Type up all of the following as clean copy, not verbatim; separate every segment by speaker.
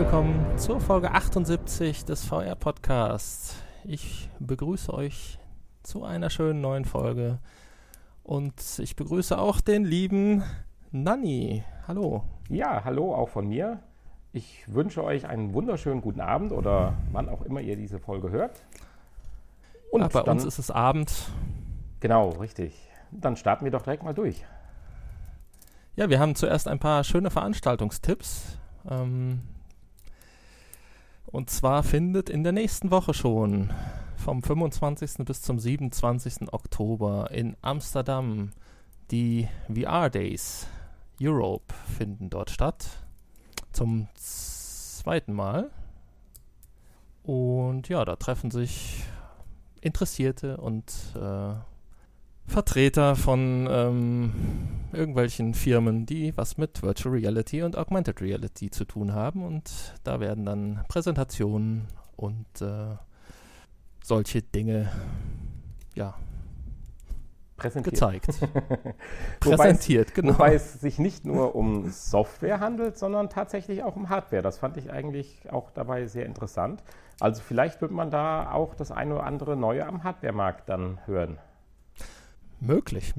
Speaker 1: willkommen zur Folge 78 des VR-Podcasts. Ich begrüße euch zu einer schönen neuen Folge und ich begrüße auch den lieben Nanni. Hallo.
Speaker 2: Ja, hallo auch von mir. Ich wünsche euch einen wunderschönen guten Abend oder wann auch immer ihr diese Folge hört.
Speaker 1: Und ja, bei uns ist es Abend.
Speaker 2: Genau, richtig. Dann starten wir doch direkt mal durch.
Speaker 1: Ja, wir haben zuerst ein paar schöne Veranstaltungstipps. Und zwar findet in der nächsten Woche schon vom 25. bis zum 27. Oktober in Amsterdam die VR Days Europe finden dort statt. Zum zweiten Mal. Und ja, da treffen sich Interessierte und Vertreter von irgendwelchen Firmen, die was mit Virtual Reality und Augmented Reality zu tun haben. Und da werden dann Präsentationen und solche Dinge gezeigt.
Speaker 2: Präsentiert, genau. Wobei es sich nicht nur um Software handelt, sondern tatsächlich auch um Hardware. Das fand ich eigentlich auch dabei sehr interessant. Also vielleicht wird man da auch das eine oder andere Neue am Hardware-Markt dann hören.
Speaker 1: Möglich.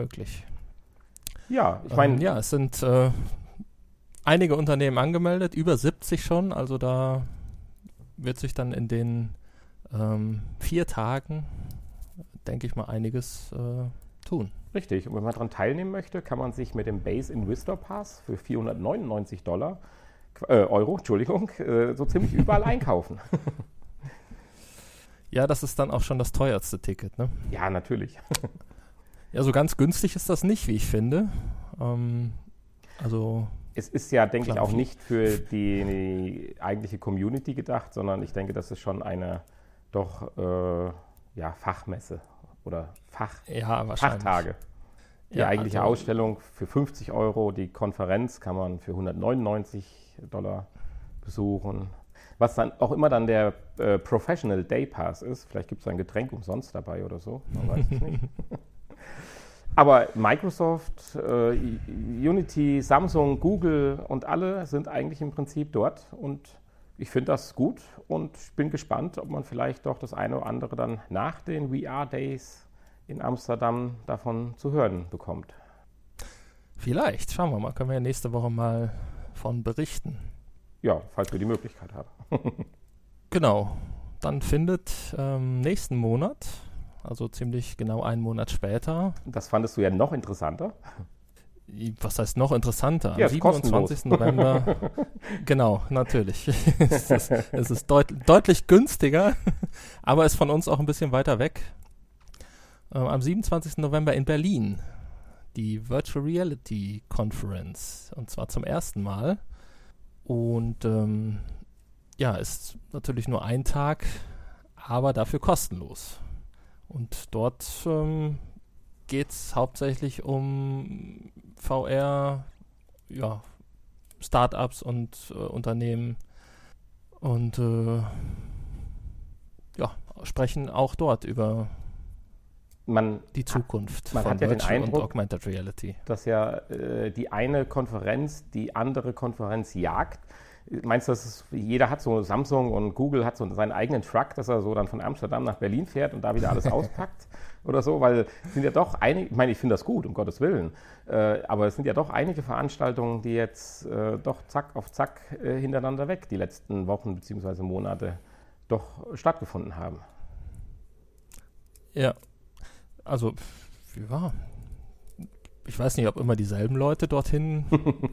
Speaker 2: Ja, ich meine...
Speaker 1: ja, es sind einige Unternehmen angemeldet, über 70 schon. Also da wird sich dann in den 4 Tagen, denke ich mal, einiges tun.
Speaker 2: Richtig. Und wenn man daran teilnehmen möchte, kann man sich mit dem Base Investor Pass für 499 Euro, so ziemlich überall einkaufen.
Speaker 1: Ja, das ist dann auch schon das teuerste Ticket, ne?
Speaker 2: Ja, natürlich.
Speaker 1: Ja, so ganz günstig ist das nicht, wie ich finde.
Speaker 2: Es ist ja, denke ich, auch nicht für die eigentliche Community gedacht, sondern ich denke, das ist schon eine doch Fachmesse oder Fachtage. Die eigentliche Ausstellung für 50 Euro, die Konferenz kann man für 199 Dollar besuchen. Was dann auch immer dann der Professional Day Pass ist. Vielleicht gibt es ein Getränk umsonst dabei oder so, man weiß es nicht. Aber Microsoft, Unity, Samsung, Google und alle sind eigentlich im Prinzip dort. Und ich finde das gut und bin gespannt, ob man vielleicht doch das eine oder andere dann nach den VR Days in Amsterdam davon zu hören bekommt.
Speaker 1: Vielleicht, schauen wir mal, können wir ja nächste Woche mal von berichten.
Speaker 2: Ja, falls wir die Möglichkeit haben.
Speaker 1: Genau, dann findet nächsten Monat, also ziemlich genau einen Monat später.
Speaker 2: Das fandest du ja noch interessanter.
Speaker 1: Was heißt noch interessanter?
Speaker 2: Ja,
Speaker 1: am 27. November. Genau, natürlich. Es ist deutlich günstiger, aber ist von uns auch ein bisschen weiter weg. Am 27. November in Berlin die Virtual Reality Conference, und zwar zum ersten Mal. Und ist natürlich nur ein Tag, aber dafür kostenlos. Und dort geht es hauptsächlich um VR, Startups und Unternehmen und sprechen auch dort über die Zukunft
Speaker 2: von
Speaker 1: Virtual
Speaker 2: den Eindruck,
Speaker 1: und Augmented Reality.
Speaker 2: Dass ja die eine Konferenz die andere Konferenz jagt. Meinst du, jeder hat so, Samsung und Google hat so seinen eigenen Truck, dass er so dann von Amsterdam nach Berlin fährt und da wieder alles auspackt oder so? Weil es sind ja doch einige, ich meine, ich finde das gut, um Gottes Willen, aber es sind ja doch einige Veranstaltungen, die jetzt doch zack auf zack hintereinander weg die letzten Wochen bzw. Monate doch stattgefunden haben.
Speaker 1: Ja, also, ich weiß nicht, ob immer dieselben Leute dorthin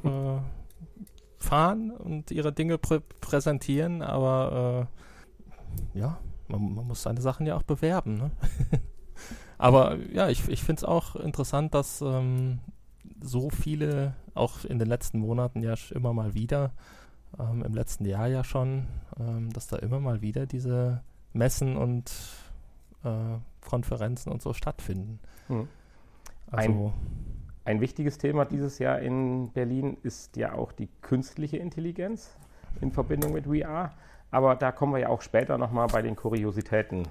Speaker 1: fahren und ihre Dinge präsentieren, aber man muss seine Sachen ja auch bewerben. Ne? Aber ja, ich finde es auch interessant, dass so viele, auch in den letzten Monaten ja immer mal wieder, im letzten Jahr ja schon, dass da immer mal wieder diese Messen und Konferenzen und so stattfinden. Also
Speaker 2: ein wichtiges Thema dieses Jahr in Berlin ist ja auch die künstliche Intelligenz in Verbindung mit VR. Aber da kommen wir ja auch später nochmal bei den Kuriositäten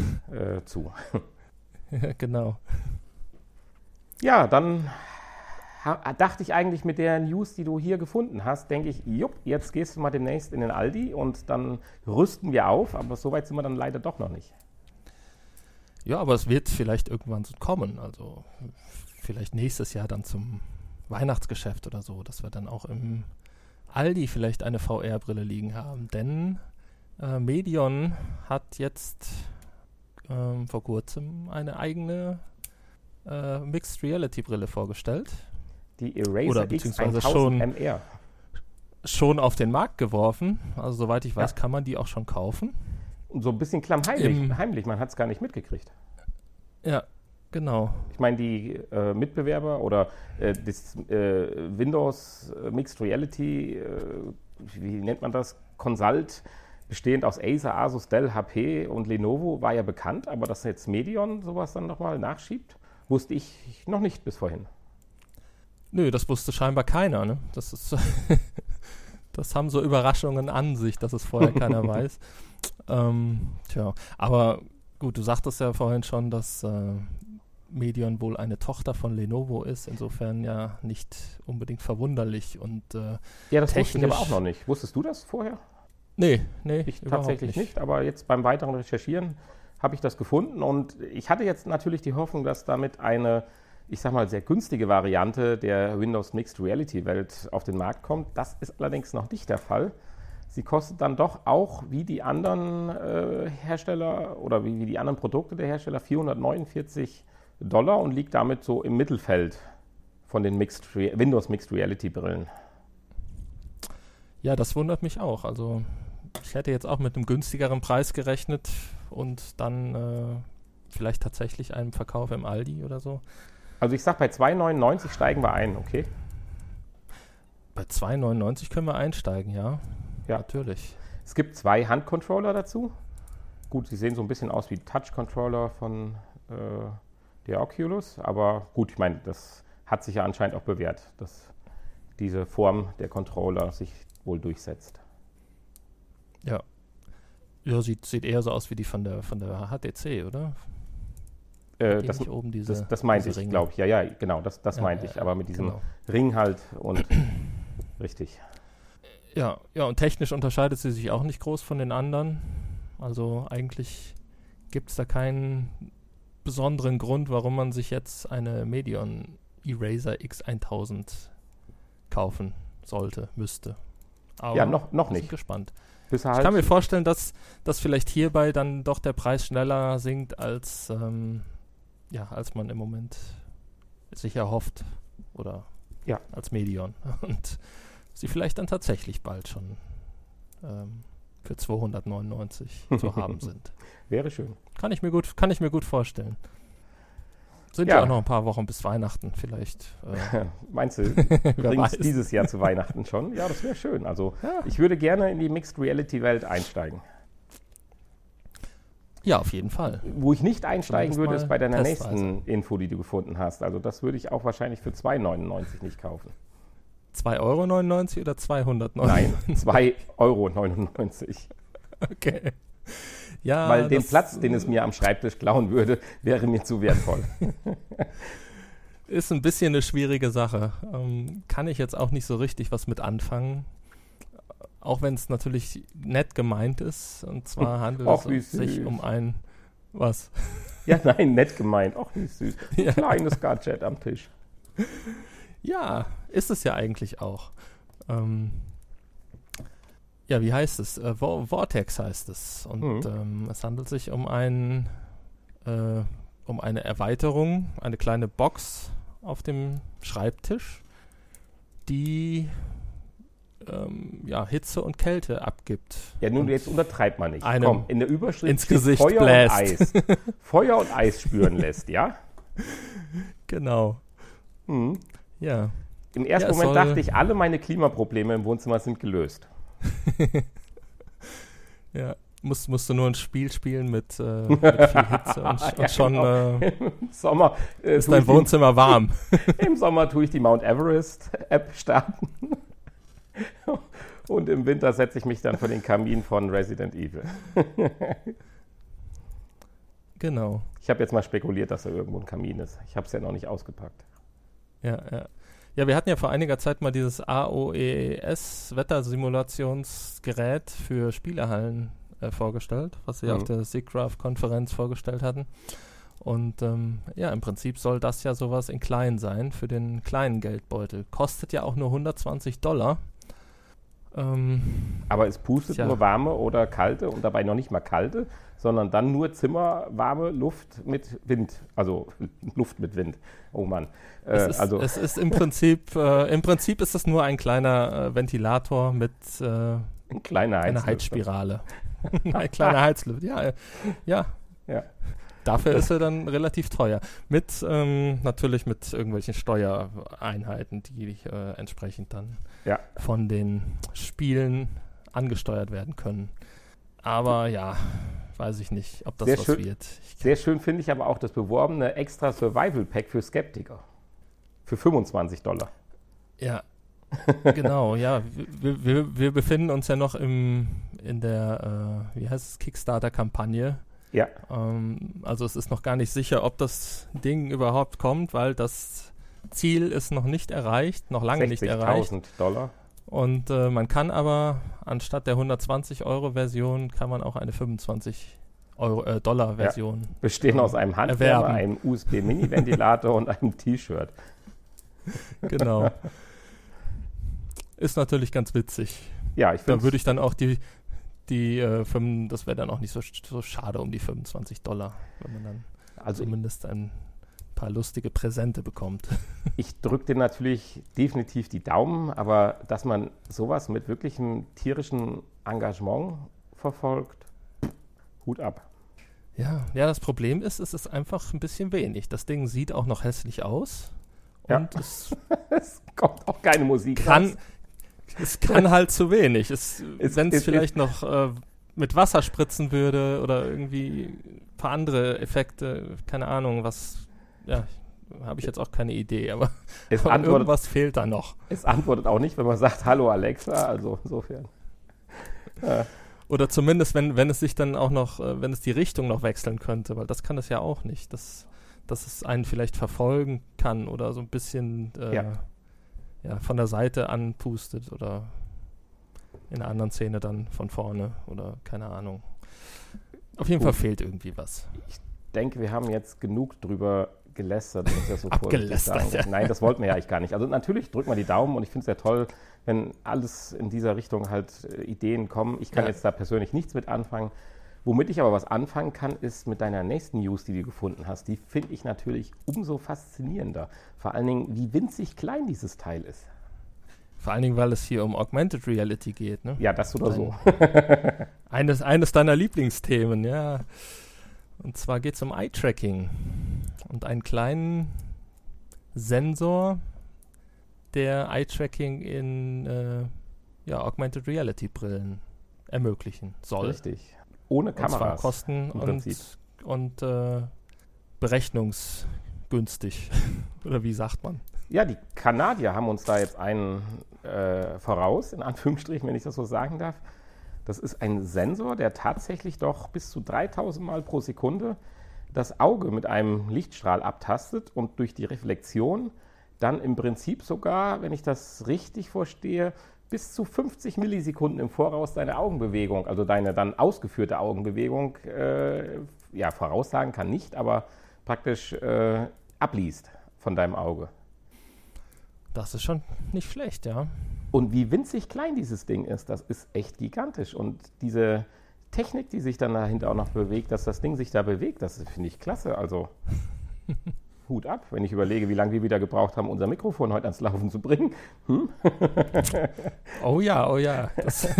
Speaker 2: zu.
Speaker 1: Genau.
Speaker 2: Ja, dann dachte ich eigentlich mit der News, die du hier gefunden hast, denke ich, jetzt gehst du mal demnächst in den Aldi und dann rüsten wir auf, aber so weit sind wir dann leider doch noch nicht.
Speaker 1: Ja, aber es wird vielleicht irgendwann so kommen, also vielleicht nächstes Jahr dann zum Weihnachtsgeschäft oder so, dass wir dann auch im Aldi vielleicht eine VR-Brille liegen haben, denn Medion hat jetzt vor kurzem eine eigene Mixed Reality Brille vorgestellt.
Speaker 2: Die Eraser
Speaker 1: oder beziehungsweise schon auf den Markt geworfen. Also soweit ich weiß, kann man die auch schon kaufen.
Speaker 2: Und so ein bisschen klammheimlich, man hat es gar nicht mitgekriegt.
Speaker 1: Ja, genau.
Speaker 2: Ich meine, die Mitbewerber oder das Windows Mixed Reality, wie nennt man das, Consult, bestehend aus Acer, Asus, Dell, HP und Lenovo, war ja bekannt, aber dass jetzt Medion sowas dann nochmal nachschiebt, wusste ich noch nicht bis vorhin.
Speaker 1: Nö, das wusste scheinbar keiner, ne? Das haben so Überraschungen an sich, dass es vorher keiner weiß. Aber gut, du sagtest ja vorhin schon, dass Medion wohl eine Tochter von Lenovo ist, insofern ja nicht unbedingt verwunderlich. Und,
Speaker 2: ja, das wusste ich aber auch noch nicht. Wusstest du das vorher?
Speaker 1: Nee,
Speaker 2: ich tatsächlich nicht, aber jetzt beim weiteren Recherchieren habe ich das gefunden und ich hatte jetzt natürlich die Hoffnung, dass damit eine, ich sag mal, sehr günstige Variante der Windows Mixed Reality Welt auf den Markt kommt. Das ist allerdings noch nicht der Fall. Sie kostet dann doch auch wie die anderen Hersteller oder wie die anderen Produkte der Hersteller $449 und liegt damit so im Mittelfeld von den Windows Mixed Reality Brillen.
Speaker 1: Ja, das wundert mich auch. Also ich hätte jetzt auch mit einem günstigeren Preis gerechnet und dann vielleicht tatsächlich einem Verkauf im Aldi oder so.
Speaker 2: Also ich sag, bei $2,99 steigen wir ein, okay?
Speaker 1: Bei $2,99 können wir einsteigen, ja. Ja, natürlich.
Speaker 2: Es gibt 2 Handcontroller dazu. Gut, sie sehen so ein bisschen aus wie Touch-Controller von der Oculus, aber gut, ich meine, das hat sich ja anscheinend auch bewährt, dass diese Form der Controller sich wohl durchsetzt.
Speaker 1: Ja. Ja, sieht eher so aus wie die von der HTC, oder?
Speaker 2: Das meinte ich, glaube ich. Ja, genau, das meinte ich. Aber mit diesem Ring halt und richtig.
Speaker 1: Ja, und technisch unterscheidet sie sich auch nicht groß von den anderen. Also eigentlich gibt es da keinen besonderen Grund, warum man sich jetzt eine Medion Eraser X1000 kaufen sollte, müsste. Aber
Speaker 2: ja, noch nicht.
Speaker 1: Ich bin gespannt. Ich kann mir vorstellen, dass vielleicht hierbei dann doch der Preis schneller sinkt, als man im Moment sich erhofft oder als Medion. Und sie vielleicht dann tatsächlich bald schon für $299 zu haben sind.
Speaker 2: Wäre schön.
Speaker 1: Kann ich mir gut vorstellen. Sind ja auch noch ein paar Wochen bis Weihnachten vielleicht.
Speaker 2: Meinst du, bringst es dieses Jahr zu Weihnachten schon? Ja, das wäre schön. Also ich würde gerne in die Mixed Reality Welt einsteigen.
Speaker 1: Ja, auf jeden Fall.
Speaker 2: Wo ich nicht einsteigen würde, ist bei deiner nächsten Info, die du gefunden hast. Also das würde ich auch wahrscheinlich für $2,99 nicht kaufen.
Speaker 1: 2,99 € oder 200 €?
Speaker 2: Nein, €2,99.
Speaker 1: Okay. Ja,
Speaker 2: weil den Platz, den es mir am Schreibtisch klauen würde, wäre mir zu wertvoll.
Speaker 1: Ist ein bisschen eine schwierige Sache. Kann ich jetzt auch nicht so richtig was mit anfangen. Auch wenn es natürlich nett gemeint ist. Und zwar handelt es sich um ein... Was?
Speaker 2: Ja, nein, nett gemeint. Ach, wie süß. Ein kleines Gadget am Tisch.
Speaker 1: Ja, ist es ja eigentlich auch. Ja, wie heißt es? Vortex heißt es. Und es handelt sich um eine Erweiterung, eine kleine Box auf dem Schreibtisch, die Hitze und Kälte abgibt.
Speaker 2: Ja, nun, jetzt untertreibt man nicht.
Speaker 1: Komm,
Speaker 2: in der Überschrift
Speaker 1: ins Gesicht
Speaker 2: Feuer
Speaker 1: bläst.
Speaker 2: Und Eis. Feuer und Eis spüren lässt, ja?
Speaker 1: Genau. Ja.
Speaker 2: Im ersten Moment dachte ich, alle meine Klimaprobleme im Wohnzimmer sind gelöst.
Speaker 1: Ja, musst du nur ein Spiel spielen mit viel Hitze und schon
Speaker 2: Sommer,
Speaker 1: ist dein Wohnzimmer warm.
Speaker 2: Im Sommer tue ich die Mount Everest-App starten und im Winter setze ich mich dann vor den Kamin von Resident Evil.
Speaker 1: Genau.
Speaker 2: Ich habe jetzt mal spekuliert, dass da irgendwo ein Kamin ist. Ich habe es ja noch nicht ausgepackt.
Speaker 1: Ja, Ja, wir hatten ja vor einiger Zeit mal dieses AOES-Wettersimulationsgerät für Spielehallen vorgestellt, was sie auf der SIGGRAPH-Konferenz vorgestellt hatten. Und im Prinzip soll das ja sowas in klein sein für den kleinen Geldbeutel. Kostet ja auch nur $120.
Speaker 2: Aber es pustet nur warme oder kalte und dabei noch nicht mal kalte, sondern dann nur zimmerwarme Luft mit Wind. Also Luft mit Wind. Oh Mann.
Speaker 1: Es ist im Prinzip ist es nur ein kleiner Ventilator mit einer Heizspirale. Eine kleine Heizluft, ja. Dafür ist er dann relativ teuer. Natürlich mit irgendwelchen Steuereinheiten, die entsprechend dann von den Spielen angesteuert werden können. Aber ja, weiß ich nicht, ob das wird.
Speaker 2: Sehr schön finde ich aber auch das beworbene extra Survival Pack für Skeptiker. Für $25.
Speaker 1: Ja, genau, ja. Wir befinden uns ja noch in der, Kickstarter-Kampagne.
Speaker 2: Ja.
Speaker 1: Also es ist noch gar nicht sicher, ob das Ding überhaupt kommt, weil das Ziel ist noch nicht erreicht, noch lange nicht erreicht.
Speaker 2: $60.000.
Speaker 1: Und man kann aber anstatt der $120-Version kann man auch eine $25-Version
Speaker 2: bestehen aus einem Handwärmer, einem USB-Mini-Ventilator und einem T-Shirt.
Speaker 1: Genau. Ist natürlich ganz witzig.
Speaker 2: Ja, ich finde.
Speaker 1: Da würde ich dann auch das wäre dann auch nicht so schade um die $25, wenn man dann zumindest ein paar lustige Präsente bekommt.
Speaker 2: Ich drücke dir natürlich definitiv die Daumen, aber dass man sowas mit wirklichem tierischen Engagement verfolgt, Hut ab.
Speaker 1: Ja, das Problem ist, es ist einfach ein bisschen wenig. Das Ding sieht auch noch hässlich aus. Und es
Speaker 2: kommt auch keine Musik
Speaker 1: raus. Es kann halt zu wenig. Wenn es vielleicht noch mit Wasser spritzen würde oder irgendwie ein paar andere Effekte, keine Ahnung, habe ich jetzt auch keine Idee, aber irgendwas fehlt da noch.
Speaker 2: Es antwortet auch nicht, wenn man sagt, hallo Alexa, also insofern.
Speaker 1: Oder zumindest, wenn es sich dann auch noch, wenn es die Richtung noch wechseln könnte, weil das kann es ja auch nicht, dass es einen vielleicht verfolgen kann oder so ein bisschen von der Seite anpustet oder in einer anderen Szene dann von vorne oder keine Ahnung. Auf jeden Fall fehlt irgendwie was.
Speaker 2: Ich denke, wir haben jetzt genug drüber gelästert. Das so
Speaker 1: abgelästert, ja.
Speaker 2: Nein, das wollten wir ja eigentlich gar nicht. Also natürlich drückt man die Daumen und ich finde es ja toll, wenn alles in dieser Richtung halt Ideen kommen. Ich kann jetzt da persönlich nichts mit anfangen. Womit ich aber was anfangen kann, ist mit deiner nächsten News, die du gefunden hast. Die finde ich natürlich umso faszinierender. Vor allen Dingen, wie winzig klein dieses Teil ist.
Speaker 1: Vor allen Dingen, weil es hier um Augmented Reality geht, ne?
Speaker 2: Ja, das oder so.
Speaker 1: Eines deiner Lieblingsthemen, ja. Und zwar geht es um Eye-Tracking und einen kleinen Sensor, der Eye-Tracking in Augmented Reality-Brillen ermöglichen soll.
Speaker 2: Richtig. Ohne Kameras.
Speaker 1: Und zwar kosten- und berechnungsgünstig. Oder wie sagt man?
Speaker 2: Ja, die Kanadier haben uns da jetzt einen voraus, in Anführungsstrichen, wenn ich das so sagen darf. Das ist ein Sensor, der tatsächlich doch bis zu 3000 Mal pro Sekunde das Auge mit einem Lichtstrahl abtastet und durch die Reflexion dann im Prinzip sogar, wenn ich das richtig verstehe, bis zu 50 Millisekunden im Voraus deine Augenbewegung, also deine dann ausgeführte Augenbewegung, voraussagen kann nicht, aber praktisch abliest von deinem Auge.
Speaker 1: Das ist schon nicht schlecht, ja.
Speaker 2: Und wie winzig klein dieses Ding ist, das ist echt gigantisch. Und diese Technik, die sich dann dahinter auch noch bewegt, dass das Ding sich da bewegt, das finde ich klasse. Also Hut ab, wenn ich überlege, wie lange wir wieder gebraucht haben, unser Mikrofon heute ans Laufen zu bringen.
Speaker 1: Oh ja.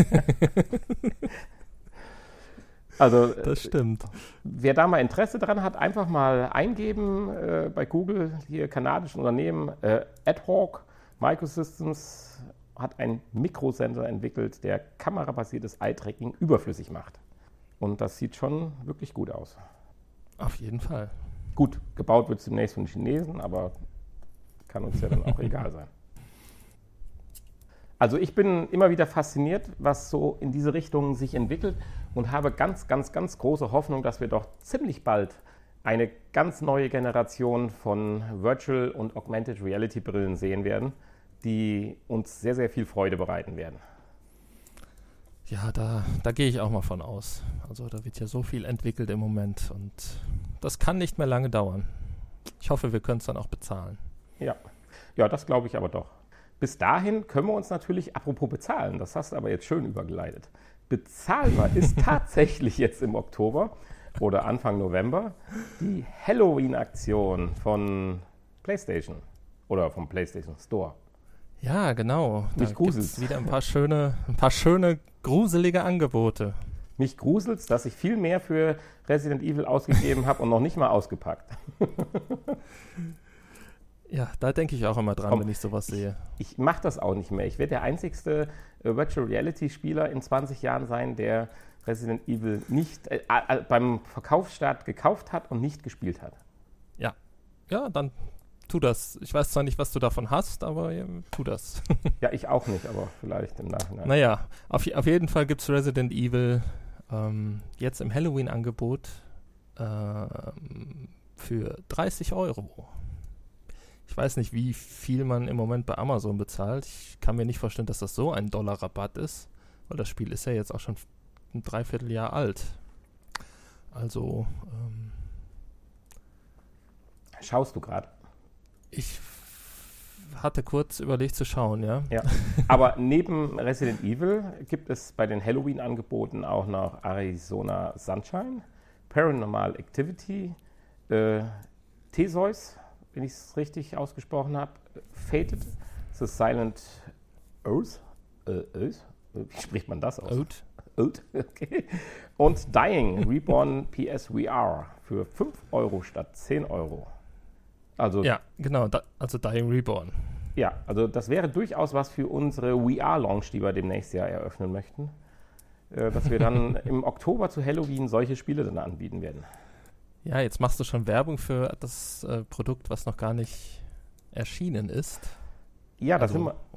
Speaker 2: Also,
Speaker 1: das stimmt.
Speaker 2: Wer da mal Interesse dran hat, einfach mal eingeben bei Google, hier kanadischen Unternehmen, AdHawk Microsystems hat einen Mikrosensor entwickelt, der kamerabasiertes Eye-Tracking überflüssig macht. Und das sieht schon wirklich gut aus.
Speaker 1: Auf jeden Fall.
Speaker 2: Gut, gebaut wird es demnächst von Chinesen, aber kann uns ja dann auch egal sein. Also ich bin immer wieder fasziniert, was so in diese Richtung sich entwickelt und habe ganz, ganz, ganz große Hoffnung, dass wir doch ziemlich bald eine ganz neue Generation von Virtual und Augmented Reality Brillen sehen werden, die uns sehr, sehr viel Freude bereiten werden.
Speaker 1: Ja, da gehe ich auch mal von aus. Also da wird ja so viel entwickelt im Moment und das kann nicht mehr lange dauern. Ich hoffe, wir können es dann auch bezahlen.
Speaker 2: Ja, das glaube ich aber doch. Bis dahin können wir uns natürlich, apropos bezahlen, das hast du aber jetzt schön übergeleitet. Bezahlbar ist tatsächlich jetzt im Oktober oder Anfang November die Halloween-Aktion von PlayStation oder vom PlayStation Store.
Speaker 1: Ja, genau.
Speaker 2: Mich gruselt's.
Speaker 1: Wieder ein paar schöne, gruselige Angebote.
Speaker 2: Mich gruselt's, dass ich viel mehr für Resident Evil ausgegeben habe und noch nicht mal ausgepackt.
Speaker 1: Ja, da denke ich auch immer dran, wenn ich sowas sehe.
Speaker 2: Ich mache das auch nicht mehr. Ich werde der einzigste Virtual Reality Spieler in 20 Jahren sein, der Resident Evil nicht beim Verkaufsstart gekauft hat und nicht gespielt hat.
Speaker 1: Ja, dann tu das. Ich weiß zwar nicht, was du davon hast, aber tu das.
Speaker 2: Ja, ich auch nicht, aber vielleicht im Nachhinein.
Speaker 1: Naja, auf jeden Fall gibt es Resident Evil jetzt im Halloween-Angebot für 30 €. Ich weiß nicht, wie viel man im Moment bei Amazon bezahlt. Ich kann mir nicht vorstellen, dass das so ein $-Rabatt ist, weil das Spiel ist ja jetzt auch schon ein Dreivierteljahr alt. Also,
Speaker 2: Schaust du gerade?
Speaker 1: Ich hatte kurz überlegt zu schauen, ja.
Speaker 2: Ja, aber neben Resident Evil gibt es bei den Halloween-Angeboten auch noch Arizona Sunshine, Paranormal Activity, Theseus, wenn ich es richtig ausgesprochen habe, Fated, The Silent Oath, wie spricht man das aus? Oath, okay. Und Dying, Reborn PSVR für 5 € statt 10 €. Also,
Speaker 1: ja, genau, also Dying Reborn.
Speaker 2: Ja, also das wäre durchaus was für unsere VR-Launch, die wir demnächst ja eröffnen möchten, dass wir dann im Oktober zu Halloween solche Spiele dann anbieten werden.
Speaker 1: Ja, jetzt machst du schon Werbung für das Produkt, was noch gar nicht erschienen ist.
Speaker 2: Ja, also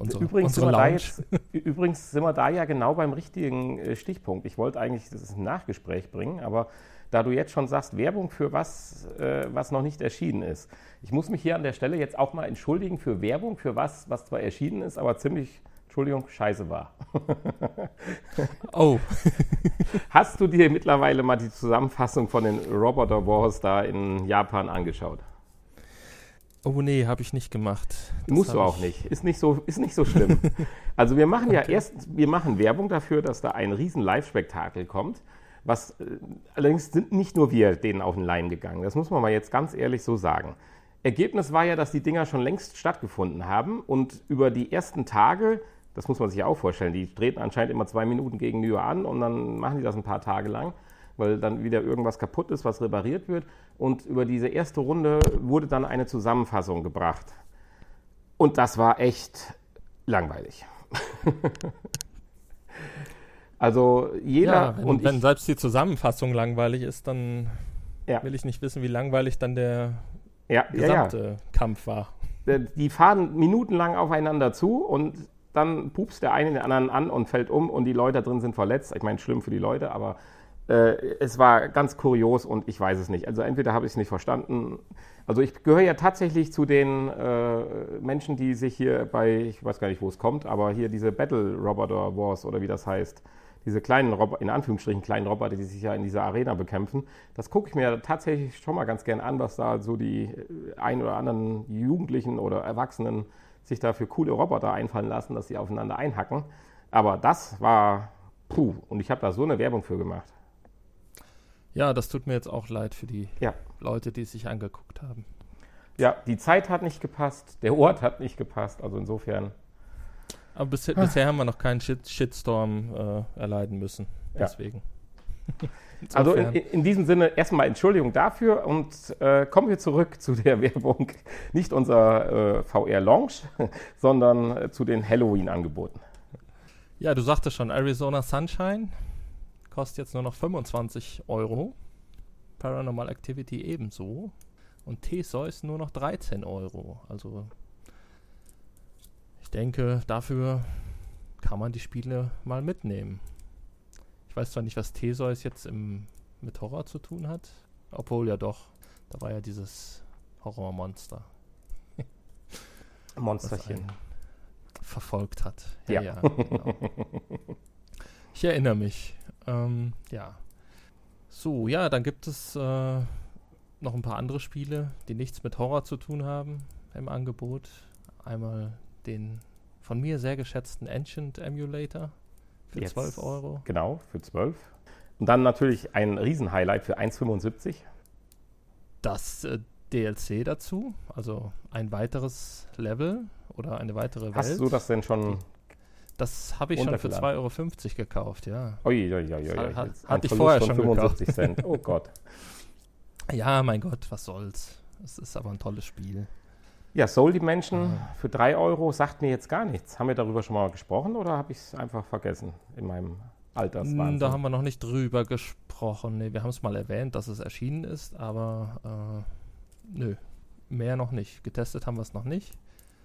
Speaker 2: übrigens sind wir da ja genau beim richtigen Stichpunkt. Ich wollte eigentlich das im Nachgespräch bringen, aber da du jetzt schon sagst, Werbung für was noch nicht erschienen ist. Ich muss mich hier an der Stelle jetzt auch mal entschuldigen für Werbung, für was zwar erschienen ist, aber ziemlich, scheiße war.
Speaker 1: Oh.
Speaker 2: Hast du dir mittlerweile mal die Zusammenfassung von den Roboter Wars da in Japan angeschaut?
Speaker 1: Oh nee, habe ich nicht gemacht.
Speaker 2: Musst du auch nicht. Ist nicht so schlimm. Also wir machen wir machen Werbung dafür, dass da ein riesen Live-Spektakel kommt. Allerdings sind nicht nur wir denen auf den Leim gegangen. Das muss man mal jetzt ganz ehrlich so sagen. Ergebnis war ja, dass die Dinger schon längst stattgefunden haben und über die ersten Tage, das muss man sich ja auch vorstellen, die treten anscheinend immer 2 Minuten gegenüber an und dann machen die das ein paar Tage lang, weil dann wieder irgendwas kaputt ist, was repariert wird. Und über diese erste Runde wurde dann eine Zusammenfassung gebracht. Und das war echt langweilig. Also jeder...
Speaker 1: Ja, wenn selbst die Zusammenfassung langweilig ist, dann will ich nicht wissen, wie langweilig dann der gesamte Kampf war.
Speaker 2: Die fahren minutenlang aufeinander zu und dann pupst der eine den anderen an und fällt um und die Leute da drin sind verletzt. Ich meine, schlimm für die Leute, aber es war ganz kurios und ich weiß es nicht. Also entweder habe ich es nicht verstanden. Also ich gehöre ja tatsächlich zu den Menschen, die sich hier ich weiß gar nicht, wo es kommt, aber hier diese Battle Roboter Wars oder wie das heißt, diese kleinen Roboter, in Anführungsstrichen kleinen Roboter, die sich ja in dieser Arena bekämpfen, das gucke ich mir tatsächlich schon mal ganz gern an, was da so die ein oder anderen Jugendlichen oder Erwachsenen sich da für coole Roboter einfallen lassen, dass sie aufeinander einhacken. Aber das war und ich habe da so eine Werbung für gemacht.
Speaker 1: Ja, das tut mir jetzt auch leid für die Leute, die es sich angeguckt haben.
Speaker 2: Ja, die Zeit hat nicht gepasst, der Ort hat nicht gepasst, also insofern.
Speaker 1: Aber bisher haben wir noch keinen Shitstorm erleiden müssen, deswegen.
Speaker 2: Also in diesem Sinne erstmal Entschuldigung dafür und kommen wir zurück zu der Werbung. Nicht unser VR-Launch, sondern zu den Halloween-Angeboten.
Speaker 1: Ja, du sagtest schon, Arizona Sunshine kostet jetzt nur noch 25 €. Paranormal Activity ebenso. Und Theseus nur noch 13 €. Also ich denke, dafür kann man die Spiele mal mitnehmen. Ich weiß zwar nicht, was Theseus jetzt mit Horror zu tun hat, obwohl ja doch. Da war ja dieses Horrormonster.
Speaker 2: Monsterchen.
Speaker 1: Verfolgt hat. Ja, genau. Ich erinnere mich. Ja. So, ja, dann gibt es noch ein paar andere Spiele, die nichts mit Horror zu tun haben im Angebot. Einmal den von mir sehr geschätzten Ancient Emulator für jetzt 12 Euro.
Speaker 2: Genau, für 12. Und dann natürlich ein Riesenhighlight für 1,75.
Speaker 1: Das DLC dazu, also ein weiteres Level oder eine weitere Welt.
Speaker 2: Hast du das denn schon?
Speaker 1: Das habe ich schon für 2,50 Euro gekauft, ja.
Speaker 2: Hatte ich vorher schon 75 gekauft. Cent. Oh Gott.
Speaker 1: Ja, mein Gott, was soll's. Es ist aber ein tolles Spiel.
Speaker 2: Ja, Soul Dimension für 3 Euro sagt mir jetzt gar nichts. Haben wir darüber schon mal gesprochen oder habe ich es einfach vergessen in meinem Alterswahnsinn?
Speaker 1: Da haben wir noch nicht drüber gesprochen. Nee, wir haben es mal erwähnt, dass es erschienen ist, aber nö, mehr noch nicht. Getestet haben wir es noch nicht.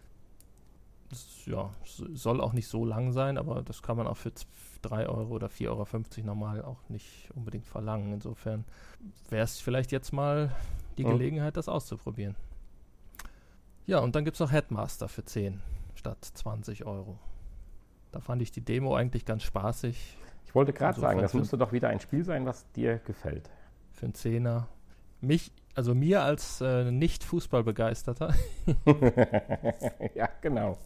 Speaker 1: Soll auch nicht so lang sein, aber das kann man auch für 3 Euro oder 4,50 Euro normal auch nicht unbedingt verlangen. Insofern wäre es vielleicht jetzt mal die Gelegenheit, das auszuprobieren. Ja, und dann gibt es noch Headmaster für 10 statt 20 Euro. Da fand ich die Demo eigentlich ganz spaßig.
Speaker 2: Ich wollte gerade sagen, das müsste doch wieder ein Spiel sein, was dir gefällt.
Speaker 1: Für einen Zehner. Mir als Nicht-Fußballbegeisterter.
Speaker 2: Ja, genau.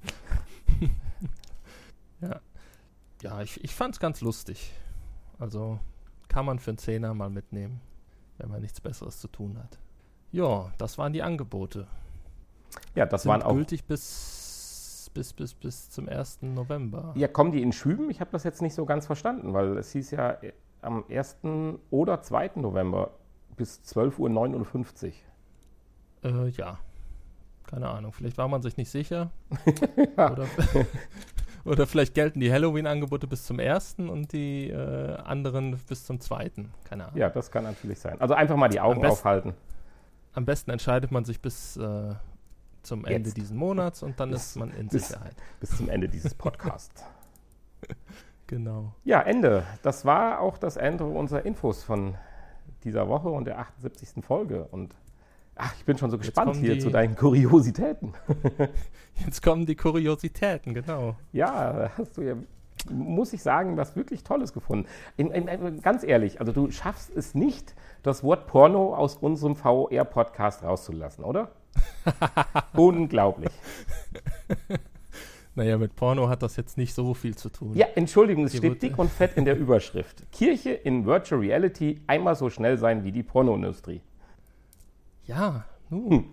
Speaker 1: Ja, ich fand es ganz lustig. Also kann man für einen Zehner mal mitnehmen, wenn man nichts Besseres zu tun hat. Ja, das waren die Angebote.
Speaker 2: Ja, das waren auch
Speaker 1: gültig bis zum 1. November.
Speaker 2: Ja, kommen die in Schüben? Ich habe das jetzt nicht so ganz verstanden, weil es hieß ja am 1. oder 2. November bis 12:59
Speaker 1: Uhr. Ja, keine Ahnung. Vielleicht war man sich nicht sicher.
Speaker 2: Ja.
Speaker 1: Oder vielleicht gelten die Halloween-Angebote bis zum 1. und die anderen bis zum 2. Keine Ahnung.
Speaker 2: Ja, das kann natürlich sein. Also einfach mal die Augen aufhalten.
Speaker 1: Am besten entscheidet man sich bis zum Ende dieses Monats und dann ist man in Sicherheit.
Speaker 2: Bis zum Ende dieses Podcasts.
Speaker 1: Genau.
Speaker 2: Ja, Ende. Das war auch das Ende unserer Infos von dieser Woche und der 78. Folge. Und ich bin schon so gespannt hier zu deinen Kuriositäten.
Speaker 1: Jetzt kommen die Kuriositäten, genau.
Speaker 2: Ja, hast du ja, muss ich sagen, was wirklich Tolles gefunden. Ganz ehrlich, also du schaffst es nicht, das Wort Porno aus unserem VR-Podcast rauszulassen, oder? Unglaublich.
Speaker 1: Naja, mit Porno hat das jetzt nicht so viel zu tun.
Speaker 2: Ja, Entschuldigung, es steht dick und fett in der Überschrift. Kirche in Virtual Reality einmal so schnell sein wie die Pornoindustrie.
Speaker 1: Ja, nun.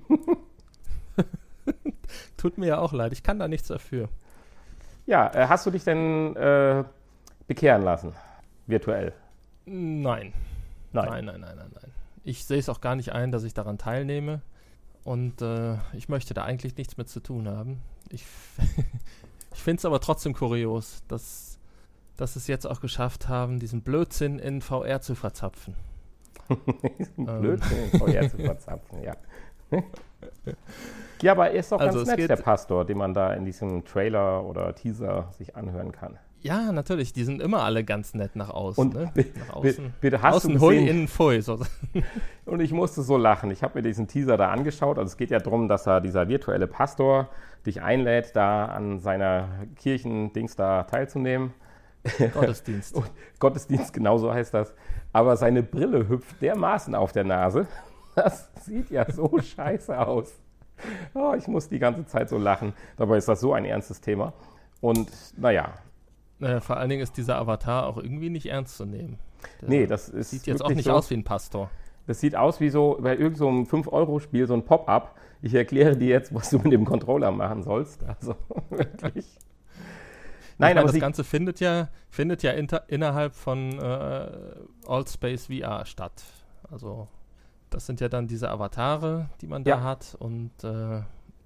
Speaker 1: Tut mir ja auch leid, ich kann da nichts dafür.
Speaker 2: Ja, hast du dich denn bekehren lassen, virtuell?
Speaker 1: Nein. Ich sehe es auch gar nicht ein, dass ich daran teilnehme. Und ich möchte da eigentlich nichts mit zu tun haben. Ich finde es aber trotzdem kurios, dass es jetzt auch geschafft haben, diesen Blödsinn in VR zu verzapfen.
Speaker 2: Blödsinn in VR zu verzapfen, ja. Ja, aber er ist doch ganz nett, der Pastor, den man da in diesem Trailer oder Teaser sich anhören kann.
Speaker 1: Ja, natürlich, die sind immer alle ganz nett nach außen.
Speaker 2: Und
Speaker 1: ne?
Speaker 2: Nach außen, bitte hast
Speaker 1: außen
Speaker 2: du
Speaker 1: hui, innen pfui. So.
Speaker 2: Und ich musste so lachen. Ich habe mir diesen Teaser da angeschaut. Also es geht ja darum, dass dieser virtuelle Pastor dich einlädt, da an seiner Kirchendings da teilzunehmen.
Speaker 1: Gottesdienst.
Speaker 2: Gottesdienst, genau so heißt das. Aber seine Brille hüpft dermaßen auf der Nase. Das sieht ja so scheiße aus. Oh, ich muss die ganze Zeit so lachen. Dabei ist das so ein ernstes Thema. Und naja.
Speaker 1: Vor allen Dingen ist dieser Avatar auch irgendwie nicht ernst zu nehmen.
Speaker 2: Das
Speaker 1: sieht jetzt auch nicht aus wie ein Pastor.
Speaker 2: Das sieht aus wie so bei irgendeinem 5-Euro-Spiel, so ein Pop-up. Ich erkläre dir jetzt, was du mit dem Controller machen sollst. Also wirklich.
Speaker 1: Nein, aber das Ganze findet ja innerhalb von Allspace VR statt. Also das sind ja dann diese Avatare, die man da hat. Und da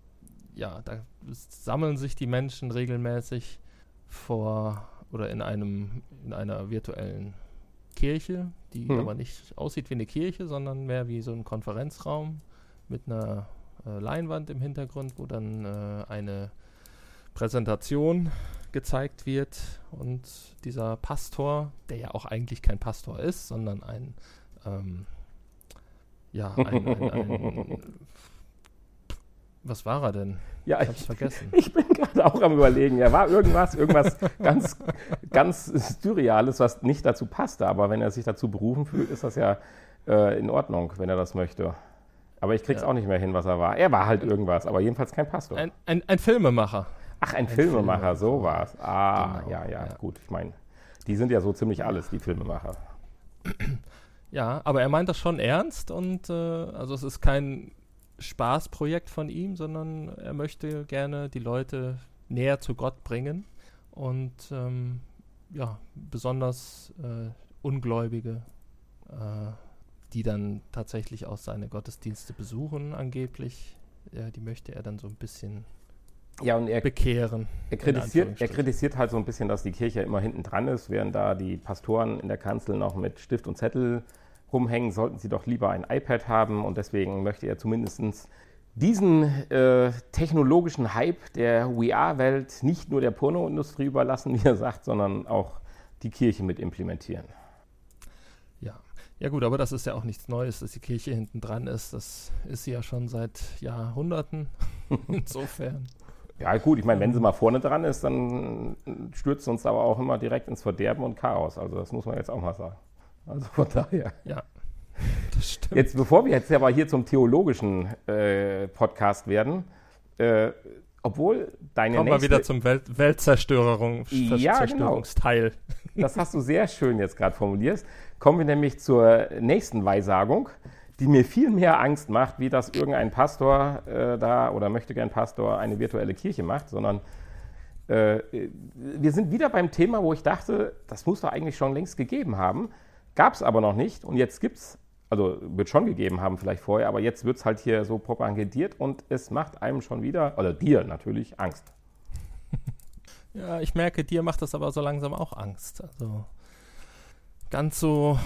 Speaker 1: sammeln sich die Menschen regelmäßig in einer virtuellen Kirche, die aber nicht aussieht wie eine Kirche, sondern mehr wie so ein Konferenzraum mit einer Leinwand im Hintergrund, wo dann eine Präsentation gezeigt wird und dieser Pastor, der ja auch eigentlich kein Pastor ist, sondern ein was war er denn?
Speaker 2: Ja, ich hab's vergessen. Ich bin gerade auch am Überlegen. Er war irgendwas ganz, ganz Surreales, was nicht dazu passte. Aber wenn er sich dazu berufen fühlt, ist das ja in Ordnung, wenn er das möchte. Aber ich krieg's auch nicht mehr hin, was er war. Er war halt irgendwas, aber jedenfalls kein Pastor.
Speaker 1: Ein Filmemacher.
Speaker 2: Ach, ein Filmemacher, so war's. Genau, ja, gut. Ich meine, die sind ja so ziemlich alles, die Filmemacher.
Speaker 1: Ja, aber er meint das schon ernst und also es ist kein Spaßprojekt von ihm, sondern er möchte gerne die Leute näher zu Gott bringen und besonders Ungläubige, die dann tatsächlich auch seine Gottesdienste besuchen angeblich, die möchte er dann so ein bisschen bekehren.
Speaker 2: Er kritisiert halt so ein bisschen, dass die Kirche immer hinten dran ist, während da die Pastoren in der Kanzel noch mit Stift und Zettel rumhängen, sollten sie doch lieber ein iPad haben und deswegen möchte er zumindest diesen technologischen Hype der VR-Welt nicht nur der Pornoindustrie überlassen, wie er sagt, sondern auch die Kirche mit implementieren.
Speaker 1: Ja gut, aber das ist ja auch nichts Neues, dass die Kirche hinten dran ist. Das ist sie ja schon seit Jahrhunderten. Insofern.
Speaker 2: Ja gut, ich meine, wenn sie mal vorne dran ist, dann stürzt uns aber auch immer direkt ins Verderben und Chaos. Also das muss man jetzt auch mal sagen. Also von daher.
Speaker 1: Ja, das stimmt.
Speaker 2: Jetzt, bevor wir jetzt aber hier zum theologischen Podcast werden, obwohl deine
Speaker 1: Kommen wir wieder zum Weltzerstörungsteil.
Speaker 2: Genau. Das hast du sehr schön jetzt gerade formuliert. Kommen wir nämlich zur nächsten Weissagung, die mir viel mehr Angst macht, wie dass irgendein Pastor oder möchte gern Pastor eine virtuelle Kirche macht, sondern wir sind wieder beim Thema, wo ich dachte, das muss doch eigentlich schon längst gegeben haben, gab es aber noch nicht und jetzt gibt's, also wird schon gegeben haben vielleicht vorher, aber jetzt wird es halt hier so propagandiert und es macht einem schon wieder, oder dir natürlich, Angst.
Speaker 1: Ja, ich merke, dir macht das aber so langsam auch Angst. Also ganz so,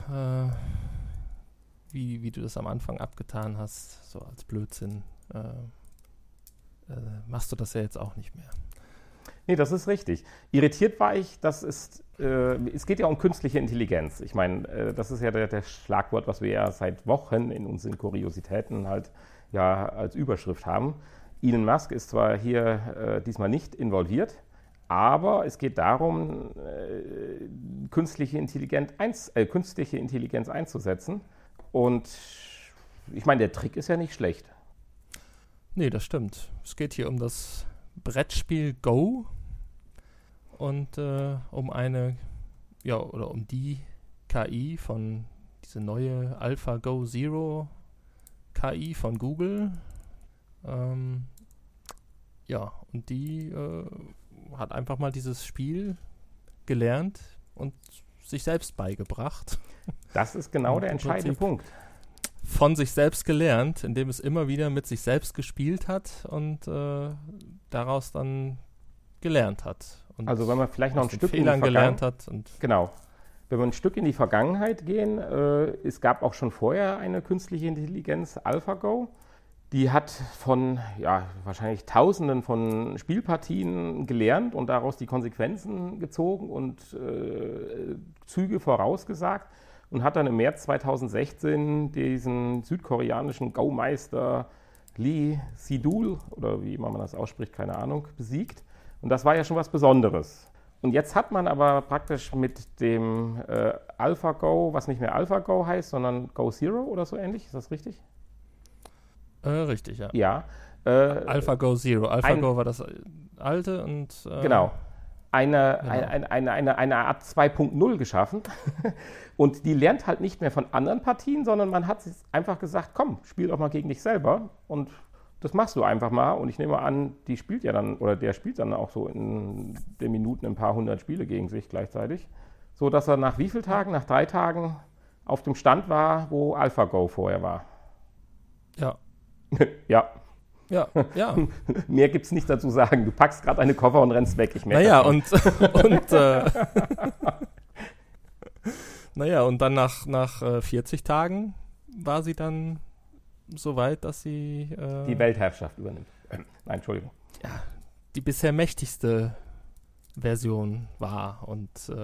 Speaker 1: wie du das am Anfang abgetan hast, so als Blödsinn, machst du das ja jetzt auch nicht mehr.
Speaker 2: Nee, das ist richtig. Irritiert war ich, es geht ja um künstliche Intelligenz. Ich meine, das ist ja der Schlagwort, was wir ja seit Wochen in unseren Kuriositäten halt ja als Überschrift haben. Elon Musk ist zwar hier diesmal nicht involviert, aber es geht darum, künstliche Intelligenz einzusetzen. Und ich meine, der Trick ist ja nicht schlecht.
Speaker 1: Nee, das stimmt. Es geht hier um das Brettspiel Go und um die KI von diese neue AlphaGo Zero KI von Google. Und die hat einfach mal dieses Spiel gelernt und sich selbst beigebracht.
Speaker 2: Das ist genau der entscheidende Punkt.
Speaker 1: Von sich selbst gelernt, indem es immer wieder mit sich selbst gespielt hat und daraus dann gelernt hat. Und
Speaker 2: also wenn man vielleicht noch ein Stück
Speaker 1: Fehlern gelernt hat.
Speaker 2: Genau. Wenn wir ein Stück in die Vergangenheit gehen, es gab auch schon vorher eine künstliche Intelligenz, AlphaGo. Die hat von wahrscheinlich Tausenden von Spielpartien gelernt und daraus die Konsequenzen gezogen und Züge vorausgesagt und hat dann im März 2016 diesen südkoreanischen Go-Meister Lee Sedol, oder wie immer man das ausspricht, keine Ahnung, besiegt. Und das war ja schon was Besonderes. Und jetzt hat man aber praktisch mit dem AlphaGo, was nicht mehr AlphaGo heißt, sondern Go Zero oder so ähnlich, ist das richtig?
Speaker 1: Richtig, ja.
Speaker 2: Ja.
Speaker 1: AlphaGo Zero. AlphaGo war das alte und...
Speaker 2: genau. Eine Art 2.0 geschaffen. Und die lernt halt nicht mehr von anderen Partien, sondern man hat einfach gesagt, komm, spiel doch mal gegen dich selber. Und das machst du einfach mal. Und ich nehme an, der spielt dann auch so in den Minuten ein paar hundert Spiele gegen sich gleichzeitig. So dass er nach wie vielen Tagen? Nach 3 Tagen auf dem Stand war, wo AlphaGo vorher war.
Speaker 1: Ja.
Speaker 2: Ja.
Speaker 1: Ja, ja.
Speaker 2: Mehr gibt's nicht dazu sagen. Du packst gerade deine Koffer und rennst weg. Ich merke
Speaker 1: und dann nach 40 Tagen war sie dann so weit, dass sie
Speaker 2: die Weltherrschaft übernimmt. Nein, Entschuldigung.
Speaker 1: Ja, die bisher mächtigste Version war und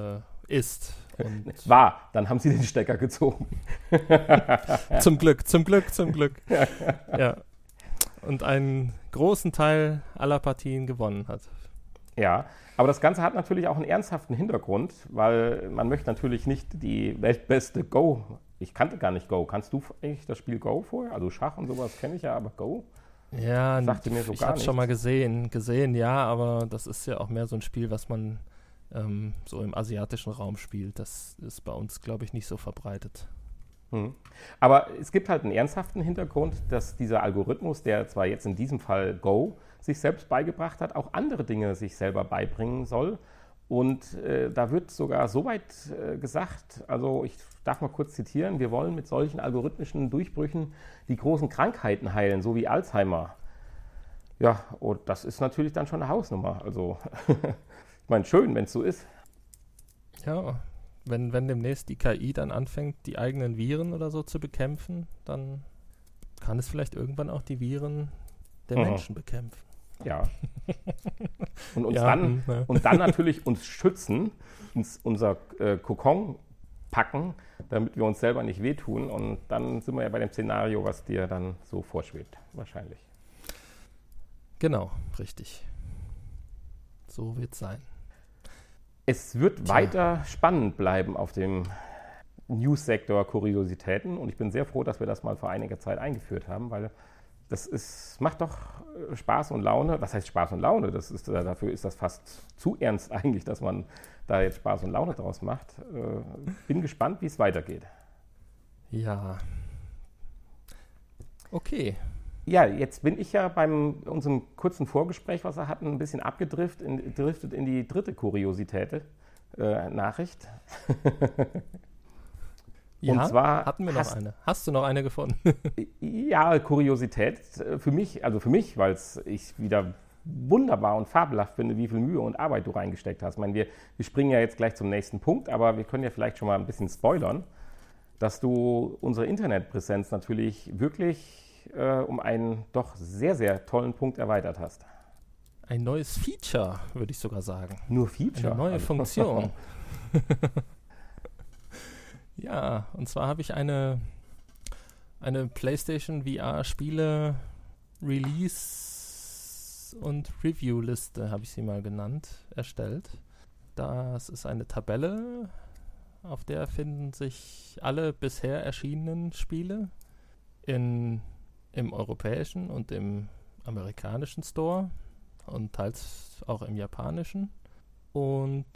Speaker 1: ist. Und
Speaker 2: dann haben sie den Stecker gezogen.
Speaker 1: Zum Glück. Ja. Und einen großen Teil aller Partien gewonnen hat.
Speaker 2: Ja, aber das Ganze hat natürlich auch einen ernsthaften Hintergrund, weil man möchte natürlich nicht die weltbeste Go. Ich kannte gar nicht Go. Kannst du eigentlich das Spiel Go vorher? Also Schach und sowas kenne ich ja, aber Go?
Speaker 1: Ja,
Speaker 2: sagte mir so
Speaker 1: ich
Speaker 2: gar
Speaker 1: habe
Speaker 2: nicht.
Speaker 1: schon mal gesehen, ja, aber das ist ja auch mehr so ein Spiel, was man so im asiatischen Raum spielt. Das ist bei uns, glaube ich, nicht so verbreitet.
Speaker 2: Aber es gibt halt einen ernsthaften Hintergrund, dass dieser Algorithmus, der zwar jetzt in diesem Fall Go sich selbst beigebracht hat, auch andere Dinge sich selber beibringen soll. Und da wird sogar so weit gesagt, also ich darf mal kurz zitieren, wir wollen mit solchen algorithmischen Durchbrüchen die großen Krankheiten heilen, so wie Alzheimer. Ja, und das ist natürlich dann schon eine Hausnummer. Also ich meine, schön, wenn es so ist.
Speaker 1: Ja, wenn demnächst die KI dann anfängt, die eigenen Viren oder so zu bekämpfen, dann kann es vielleicht irgendwann auch die Viren der Menschen bekämpfen.
Speaker 2: Ja. Und dann natürlich uns schützen, unser Kokon packen, damit wir uns selber nicht wehtun. Und dann sind wir ja bei dem Szenario, was dir dann so vorschwebt, wahrscheinlich.
Speaker 1: Genau, richtig. So wird es sein.
Speaker 2: Es wird weiter spannend bleiben auf dem News-Sektor Kuriositäten. Und ich bin sehr froh, dass wir das mal vor einiger Zeit eingeführt haben, weil macht doch Spaß und Laune. Was heißt Spaß und Laune? Dafür ist das fast zu ernst eigentlich, dass man da jetzt Spaß und Laune draus macht. Bin gespannt, wie es weitergeht.
Speaker 1: Ja. Okay.
Speaker 2: Ja, jetzt bin ich ja bei unserem kurzen Vorgespräch, was wir hatten, ein bisschen abgedriftet in die dritte Kuriosität-Nachricht.
Speaker 1: Ja,
Speaker 2: und zwar
Speaker 1: hatten wir noch eine. Hast du noch eine gefunden?
Speaker 2: Ja, Kuriosität für mich, weil ich wieder wunderbar und fabelhaft finde, wie viel Mühe und Arbeit du reingesteckt hast. Ich meine, wir springen ja jetzt gleich zum nächsten Punkt, aber wir können ja vielleicht schon mal ein bisschen spoilern, dass du unsere Internetpräsenz natürlich wirklich um einen doch sehr, sehr tollen Punkt erweitert hast.
Speaker 1: Ein neues Feature, würde ich sogar sagen.
Speaker 2: Nur Feature?
Speaker 1: Eine neue Funktion. Ja, und zwar habe ich eine PlayStation VR-Spiele Release- und Review-Liste, habe ich sie mal genannt, erstellt. Das ist eine Tabelle, auf der finden sich alle bisher erschienenen Spiele im europäischen und im amerikanischen Store und teils auch im japanischen. Und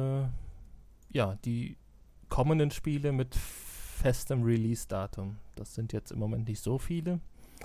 Speaker 1: die kommenden Spiele mit festem Release-Datum. Das sind jetzt im Moment nicht so viele.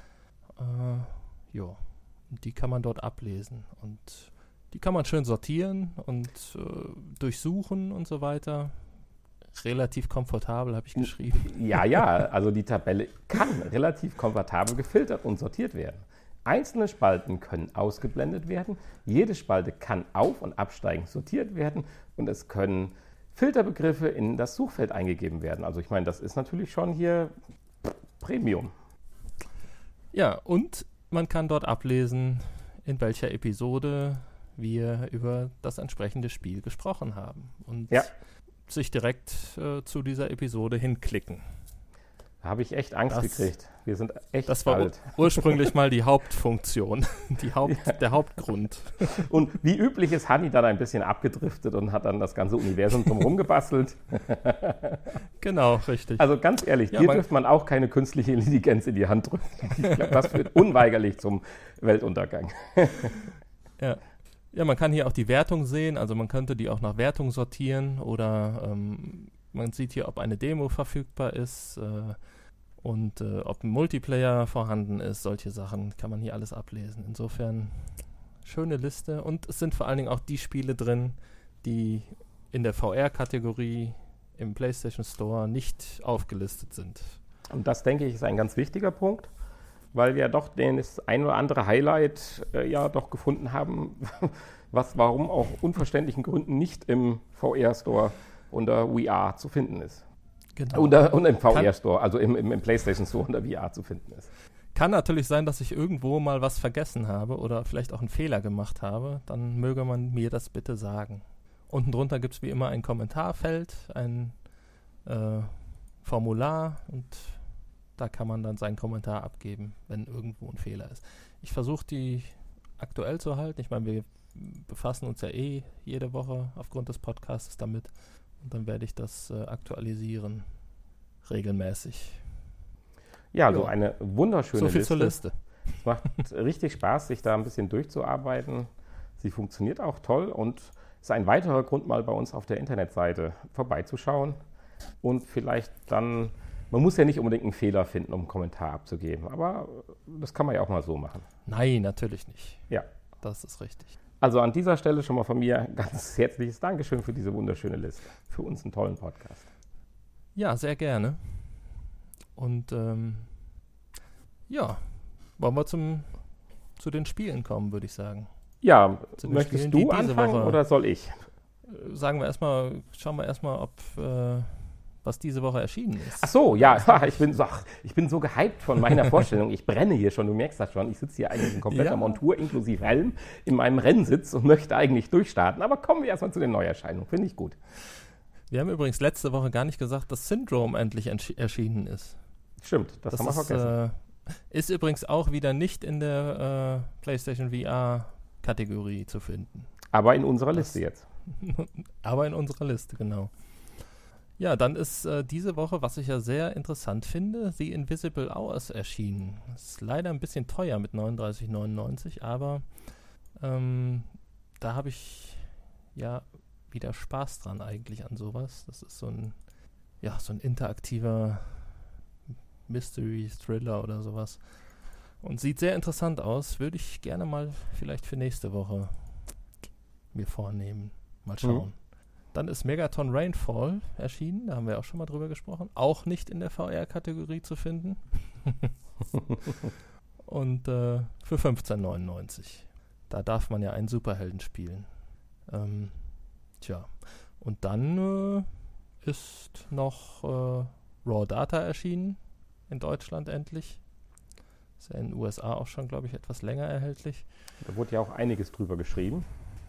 Speaker 1: Und die kann man dort ablesen. Und die kann man schön sortieren und durchsuchen und so weiter. Relativ komfortabel, habe ich geschrieben.
Speaker 2: Ja, also die Tabelle kann relativ komfortabel gefiltert und sortiert werden. Einzelne Spalten können ausgeblendet werden. Jede Spalte kann auf- und absteigend sortiert werden. Und es können Filterbegriffe in das Suchfeld eingegeben werden. Also ich meine, das ist natürlich schon hier Premium.
Speaker 1: Ja, und man kann dort ablesen, in welcher Episode wir über das entsprechende Spiel gesprochen haben. Und sich direkt zu dieser Episode hinklicken.
Speaker 2: Da habe ich echt Angst gekriegt. Wir sind echt
Speaker 1: Das war
Speaker 2: alt.
Speaker 1: Ursprünglich mal die Hauptfunktion, der Hauptgrund.
Speaker 2: Und wie üblich ist Hanni dann ein bisschen abgedriftet und hat dann das ganze Universum drumherum gebastelt.
Speaker 1: Genau, richtig.
Speaker 2: Also ganz ehrlich, dir dürfte man auch keine künstliche Intelligenz in die Hand drücken. Ich glaube, das führt unweigerlich zum Weltuntergang.
Speaker 1: Ja, man kann hier auch die Wertung sehen, also man könnte die auch nach Wertung sortieren oder man sieht hier, ob eine Demo verfügbar ist und ob ein Multiplayer vorhanden ist. Solche Sachen kann man hier alles ablesen. Insofern schöne Liste und es sind vor allen Dingen auch die Spiele drin, die in der VR-Kategorie im PlayStation Store nicht aufgelistet sind.
Speaker 2: Und das, denke ich, ist ein ganz wichtiger Punkt, weil wir doch das ein oder andere Highlight doch gefunden haben, warum auch unverständlichen Gründen nicht im VR-Store unter VR zu finden ist.
Speaker 1: Genau.
Speaker 2: Und im VR-Store, also im PlayStation Store unter VR zu finden ist.
Speaker 1: Kann natürlich sein, dass ich irgendwo mal was vergessen habe oder vielleicht auch einen Fehler gemacht habe. Dann möge man mir das bitte sagen. Unten drunter gibt es wie immer ein Kommentarfeld, ein Formular und da kann man dann seinen Kommentar abgeben, wenn irgendwo ein Fehler ist. Ich versuche die aktuell zu halten. Ich meine, wir befassen uns ja jede Woche aufgrund des Podcasts damit und dann werde ich das aktualisieren, regelmäßig.
Speaker 2: Ja, so eine wunderschöne
Speaker 1: Liste. So viel zur Liste.
Speaker 2: Es macht richtig Spaß, sich da ein bisschen durchzuarbeiten. Sie funktioniert auch toll und ist ein weiterer Grund, mal bei uns auf der Internetseite vorbeizuschauen und vielleicht dann, man muss ja nicht unbedingt einen Fehler finden, um einen Kommentar abzugeben, aber das kann man ja auch mal so machen.
Speaker 1: Nein, natürlich nicht.
Speaker 2: Ja.
Speaker 1: Das ist richtig.
Speaker 2: Also an dieser Stelle schon mal von mir ganz herzliches Dankeschön für diese wunderschöne Liste, für uns einen tollen Podcast.
Speaker 1: Ja, sehr gerne. Und wollen wir zu den Spielen kommen, würde ich sagen.
Speaker 2: Ja, möchtest du anfangen oder soll ich?
Speaker 1: Schauen wir erstmal, ob was diese Woche erschienen ist.
Speaker 2: Ach so, ja, ich bin so gehypt von meiner Vorstellung. Ich brenne hier schon, du merkst das schon. Ich sitze hier eigentlich in kompletter Montur inklusive Helm in meinem Rennsitz und möchte eigentlich durchstarten. Aber kommen wir erstmal zu den Neuerscheinungen, finde ich gut.
Speaker 1: Wir haben übrigens letzte Woche gar nicht gesagt, dass Syndrome endlich erschienen ist.
Speaker 2: Stimmt, das haben wir vergessen.
Speaker 1: Ist übrigens auch wieder nicht in der PlayStation VR-Kategorie zu finden.
Speaker 2: Aber in unserer Liste jetzt.
Speaker 1: Aber in unserer Liste, genau. Ja, dann ist diese Woche, was ich ja sehr interessant finde, The Invisible Hours erschienen. Ist leider ein bisschen teuer mit 39,99, aber da habe ich ja wieder Spaß dran eigentlich an sowas. Das ist so ein interaktiver Mystery-Thriller oder sowas. Und sieht sehr interessant aus. Würde ich gerne mal vielleicht für nächste Woche mir vornehmen. Mal schauen. Dann ist Megaton Rainfall erschienen. Da haben wir auch schon mal drüber gesprochen. Auch nicht in der VR-Kategorie zu finden. Und für 15,99. Da darf man ja einen Superhelden spielen. Und dann ist noch Raw Data erschienen. In Deutschland endlich. Ist ja in den USA auch schon, glaube ich, etwas länger erhältlich.
Speaker 2: Da wurde ja auch einiges drüber geschrieben.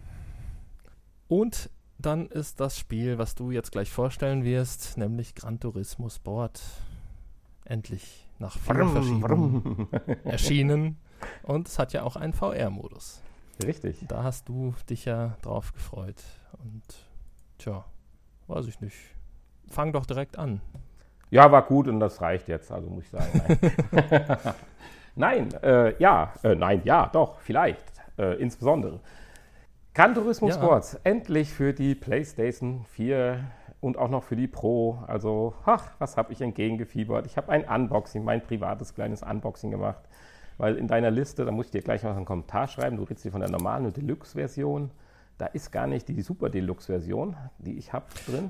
Speaker 1: Und dann ist das Spiel, was du jetzt gleich vorstellen wirst, nämlich Gran Turismo Sport, endlich nach 4 Verschiebungen erschienen. Und es hat ja auch einen VR-Modus.
Speaker 2: Richtig.
Speaker 1: Da hast du dich ja drauf gefreut. Und weiß ich nicht. Fang doch direkt an.
Speaker 2: Ja, war gut und das reicht jetzt, also muss ich sagen. Nein. Doch, vielleicht. Insbesondere. Gran Turismo Sports, endlich für die PlayStation 4 und auch noch für die Pro. Also, was habe ich entgegengefiebert. Ich habe ein Unboxing, mein privates kleines Unboxing gemacht. Weil in deiner Liste, da muss ich dir gleich noch einen Kommentar schreiben, du redest hier von der normalen und Deluxe-Version. Da ist gar nicht die Super Deluxe-Version, die ich habe, drin.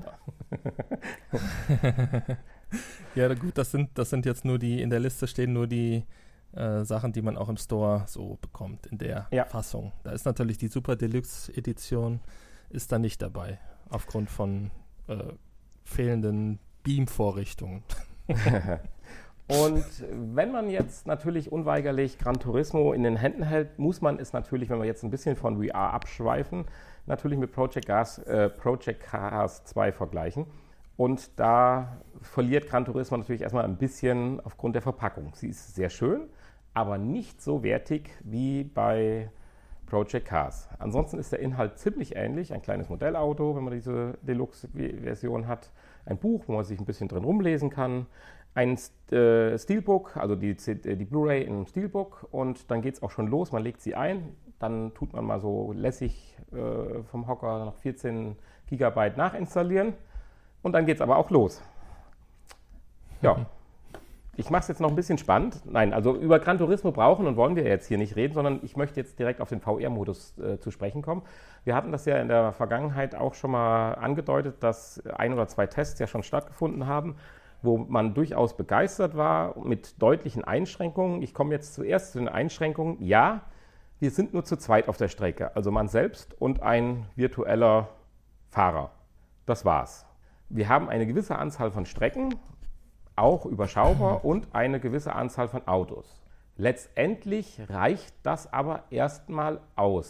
Speaker 1: Ja, gut, das sind jetzt nur in der Liste stehen nur die Sachen, die man auch im Store so bekommt, in der Fassung. Da ist natürlich die Super Deluxe-Edition, ist da nicht dabei, aufgrund von fehlenden Beam-Vorrichtungen.
Speaker 2: Und wenn man jetzt natürlich unweigerlich Gran Turismo in den Händen hält, muss man es natürlich, wenn wir jetzt ein bisschen von VR abschweifen, natürlich mit Project Cars 2 vergleichen. Und da verliert Gran Turismo natürlich erstmal ein bisschen aufgrund der Verpackung. Sie ist sehr schön, aber nicht so wertig wie bei Project Cars. Ansonsten ist der Inhalt ziemlich ähnlich. Ein kleines Modellauto, wenn man diese Deluxe-Version hat. Ein Buch, wo man sich ein bisschen drin rumlesen kann. Ein Steelbook, also die Blu-ray in einem Steelbook. Und dann geht es auch schon los. Man legt sie ein. Dann tut man mal so lässig vom Hocker noch 14 GB nachinstallieren. Und dann geht es aber auch los. Ja, ich mache es jetzt noch ein bisschen spannend. Nein, also über Gran Turismo brauchen und wollen wir jetzt hier nicht reden, sondern ich möchte jetzt direkt auf den VR-Modus zu sprechen kommen. Wir hatten das ja in der Vergangenheit auch schon mal angedeutet, dass 1 oder 2 Tests ja schon stattgefunden haben, wo man durchaus begeistert war mit deutlichen Einschränkungen. Ich komme jetzt zuerst zu den Einschränkungen. Ja, wir sind nur zu zweit auf der Strecke, also man selbst und ein virtueller Fahrer. Das war's. Wir haben eine gewisse Anzahl von Strecken, auch überschaubar, und eine gewisse Anzahl von Autos. Letztendlich reicht das aber erstmal aus.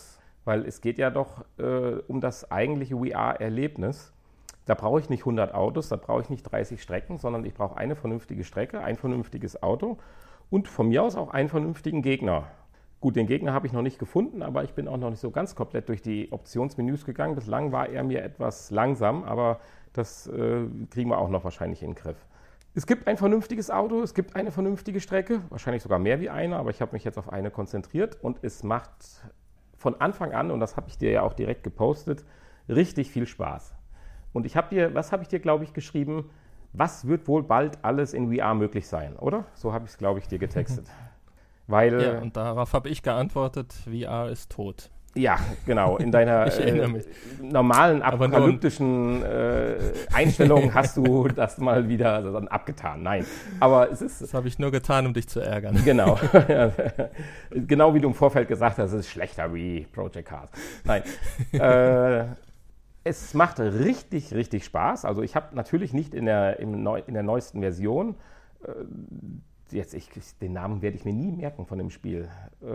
Speaker 2: Weil es geht ja doch um das eigentliche VR-Erlebnis. Da brauche ich nicht 100 Autos, da brauche ich nicht 30 Strecken, sondern ich brauche eine vernünftige Strecke, ein vernünftiges Auto und von mir aus auch einen vernünftigen Gegner. Gut, den Gegner habe ich noch nicht gefunden, aber ich bin auch noch nicht so ganz komplett durch die Optionsmenüs gegangen. Bislang war er mir etwas langsam, aber das kriegen wir auch noch wahrscheinlich in den Griff. Es gibt ein vernünftiges Auto, es gibt eine vernünftige Strecke, wahrscheinlich sogar mehr wie eine, aber ich habe mich jetzt auf eine konzentriert und es macht von Anfang an, und das habe ich dir ja auch direkt gepostet, richtig viel Spaß. Und was habe ich dir, glaube ich, geschrieben? Was wird wohl bald alles in VR möglich sein, oder? So habe ich es, glaube ich, dir getextet.
Speaker 1: Ja, und darauf habe ich geantwortet, VR ist tot.
Speaker 2: Ja, genau. In deiner normalen apokalyptischen Einstellung hast du das mal wieder dann abgetan. Nein, aber es ist...
Speaker 1: Das habe ich nur getan, um dich zu ärgern.
Speaker 2: Genau. Genau wie du im Vorfeld gesagt hast, es ist schlechter wie Project Cars. Nein. Es macht richtig, richtig Spaß. Also ich habe natürlich nicht in der neuesten Version, den Namen werde ich mir nie merken von dem Spiel,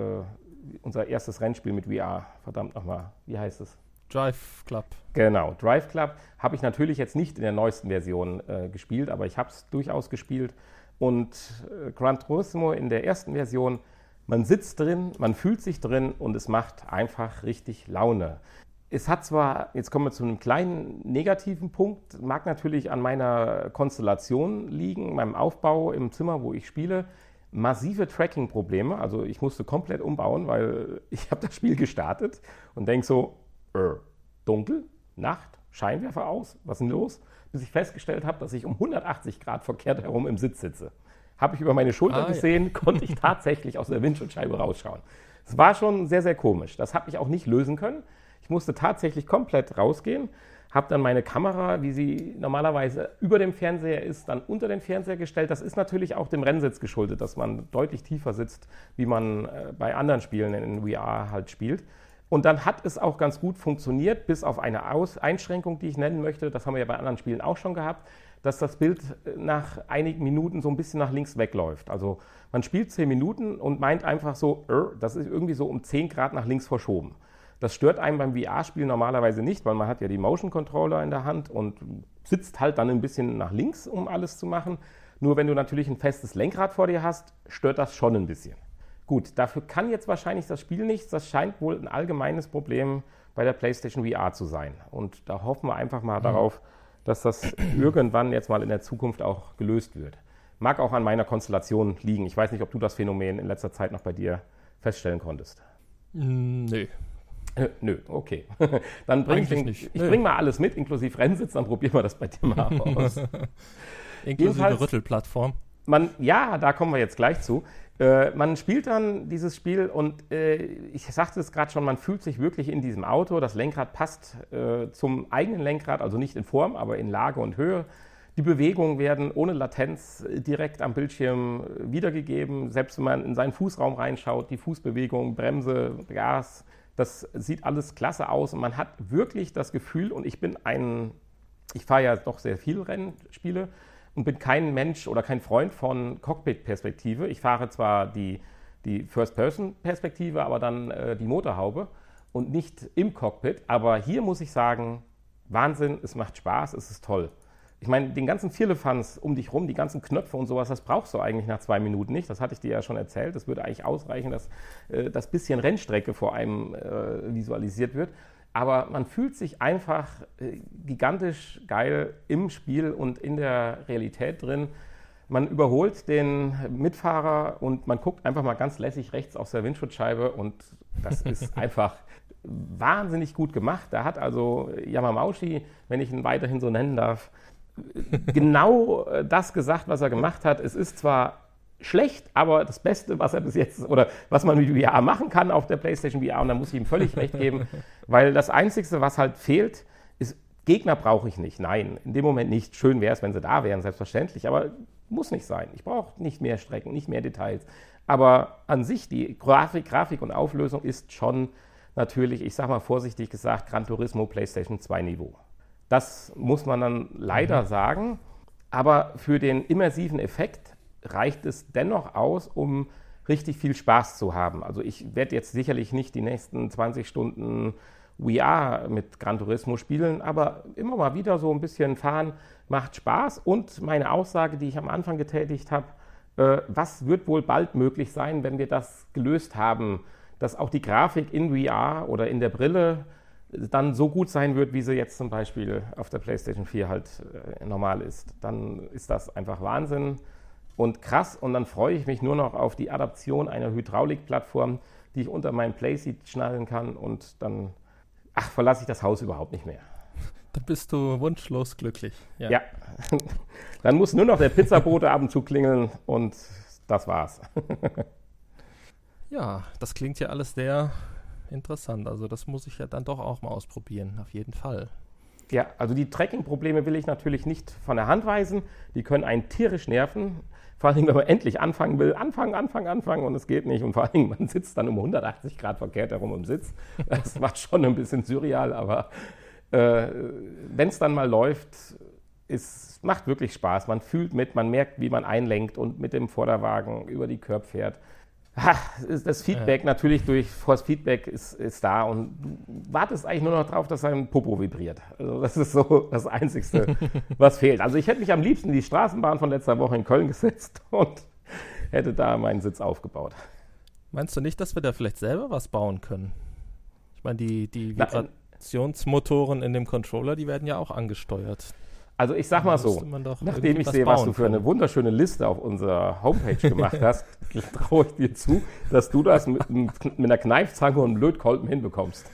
Speaker 2: unser erstes Rennspiel mit VR, verdammt nochmal, wie heißt es?
Speaker 1: Drive Club.
Speaker 2: Genau, Drive Club habe ich natürlich jetzt nicht in der neuesten Version gespielt, aber ich habe es durchaus gespielt. Und Gran Turismo in der ersten Version, man sitzt drin, man fühlt sich drin und es macht einfach richtig Laune. Es hat zwar, jetzt kommen wir zu einem kleinen negativen Punkt, mag natürlich an meiner Konstellation liegen, meinem Aufbau im Zimmer, wo ich spiele, massive Tracking-Probleme. Also ich musste komplett umbauen, weil ich habe das Spiel gestartet und denke so, dunkel, Nacht, Scheinwerfer aus, was ist denn los? Bis ich festgestellt habe, dass ich um 180 Grad verkehrt herum im Sitz sitze. Habe ich über meine Schulter gesehen, konnte ich tatsächlich aus der Windschutzscheibe rausschauen. Es war schon sehr, sehr komisch. Das habe ich auch nicht lösen können. Ich musste tatsächlich komplett rausgehen, habe dann meine Kamera, wie sie normalerweise über dem Fernseher ist, dann unter den Fernseher gestellt. Das ist natürlich auch dem Rennsitz geschuldet, dass man deutlich tiefer sitzt, wie man bei anderen Spielen in VR halt spielt. Und dann hat es auch ganz gut funktioniert, bis auf eine Einschränkung, die ich nennen möchte. Das haben wir ja bei anderen Spielen auch schon gehabt, dass das Bild nach einigen Minuten so ein bisschen nach links wegläuft. Also man spielt 10 Minuten und meint einfach so, das ist irgendwie so um 10 Grad nach links verschoben. Das stört einen beim VR-Spiel normalerweise nicht, weil man hat ja die Motion Controller in der Hand und sitzt halt dann ein bisschen nach links, um alles zu machen. Nur wenn du natürlich ein festes Lenkrad vor dir hast, stört das schon ein bisschen. Gut, dafür kann jetzt wahrscheinlich das Spiel nichts. Das scheint wohl ein allgemeines Problem bei der PlayStation VR zu sein. Und da hoffen wir einfach mal darauf, dass das irgendwann jetzt mal in der Zukunft auch gelöst wird. Mag auch an meiner Konstellation liegen. Ich weiß nicht, ob du das Phänomen in letzter Zeit noch bei dir feststellen konntest.
Speaker 1: Nö.
Speaker 2: Nö, okay. Dann ich bring mal alles mit, inklusive Rennsitz, dann probieren wir das bei dir mal aus.
Speaker 1: Inklusive Rüttelplattform.
Speaker 2: Da kommen wir jetzt gleich zu. Man spielt dann dieses Spiel und ich sagte es gerade schon, man fühlt sich wirklich in diesem Auto. Das Lenkrad passt zum eigenen Lenkrad, also nicht in Form, aber in Lage und Höhe. Die Bewegungen werden ohne Latenz direkt am Bildschirm wiedergegeben. Selbst wenn man in seinen Fußraum reinschaut, die Fußbewegung, Bremse, Gas, das sieht alles klasse aus und man hat wirklich das Gefühl, und ich fahre ja doch sehr viel Rennspiele und bin kein Mensch oder kein Freund von Cockpit-Perspektive. Ich fahre zwar die First-Person-Perspektive, aber dann die Motorhaube und nicht im Cockpit. Aber hier muss ich sagen, Wahnsinn, es macht Spaß, es ist toll. Ich meine, den ganzen Firlefanz um dich rum, die ganzen Knöpfe und sowas, das brauchst du eigentlich nach 2 Minuten nicht. Das hatte ich dir ja schon erzählt. Das würde eigentlich ausreichen, dass das bisschen Rennstrecke vor einem visualisiert wird. Aber man fühlt sich einfach gigantisch geil im Spiel und in der Realität drin. Man überholt den Mitfahrer und man guckt einfach mal ganz lässig rechts aus der Windschutzscheibe und das ist einfach wahnsinnig gut gemacht. Da hat also Yamamauchi, wenn ich ihn weiterhin so nennen darf, genau das gesagt, was er gemacht hat. Es ist zwar schlecht, aber das Beste, was er bis jetzt oder was man mit VR machen kann auf der PlayStation VR, und da muss ich ihm völlig recht geben, weil das Einzige, was halt fehlt, ist, Gegner brauche ich nicht. Nein, in dem Moment nicht. Schön wäre es, wenn sie da wären, selbstverständlich, aber muss nicht sein. Ich brauche nicht mehr Strecken, nicht mehr Details. Aber an sich, die Grafik und Auflösung ist schon natürlich, ich sage mal vorsichtig gesagt, Gran Turismo PlayStation 2 Niveau. Das muss man dann leider sagen, aber für den immersiven Effekt reicht es dennoch aus, um richtig viel Spaß zu haben. Also ich werde jetzt sicherlich nicht die nächsten 20 Stunden VR mit Gran Turismo spielen, aber immer mal wieder so ein bisschen fahren macht Spaß. Und meine Aussage, die ich am Anfang getätigt habe, was wird wohl bald möglich sein, wenn wir das gelöst haben, dass auch die Grafik in VR oder in der Brille dann so gut sein wird, wie sie jetzt zum Beispiel auf der PlayStation 4 halt normal ist. Dann ist das einfach Wahnsinn und krass. Und dann freue ich mich nur noch auf die Adaption einer Hydraulikplattform, die ich unter meinem Playseat schnallen kann und dann verlasse ich das Haus überhaupt nicht mehr.
Speaker 1: Dann bist du wunschlos glücklich.
Speaker 2: Ja. Dann muss nur noch der Pizzabote ab und zu klingeln und das war's.
Speaker 1: Ja, das klingt ja alles sehr interessant. Also das muss ich ja dann doch auch mal ausprobieren, auf jeden Fall.
Speaker 2: Ja, also die Tracking-Probleme will ich natürlich nicht von der Hand weisen. Die können einen tierisch nerven. Vor allem, wenn man endlich anfangen will. Anfangen und es geht nicht. Und vor allem, man sitzt dann um 180 Grad verkehrt herum im Sitz. Das macht schon ein bisschen surreal, aber wenn es dann mal läuft, es macht wirklich Spaß. Man fühlt mit, man merkt, wie man einlenkt und mit dem Vorderwagen über die Curb fährt. Das Feedback natürlich durch Force Feedback ist da und du wartest eigentlich nur noch drauf, dass dein Popo vibriert. Also das ist so das Einzigste, was fehlt. Also ich hätte mich am liebsten in die Straßenbahn von letzter Woche in Köln gesetzt und hätte da meinen Sitz aufgebaut.
Speaker 1: Meinst du nicht, dass wir da vielleicht selber was bauen können? Ich meine, die Vibrationsmotoren in dem Controller, die werden ja auch angesteuert.
Speaker 2: Also ich sag mal so, nachdem ich sehe, was du für eine wunderschöne Liste auf unserer Homepage gemacht hast, traue ich dir zu, dass du das mit einer Kneifzange und einem Lötkolben hinbekommst.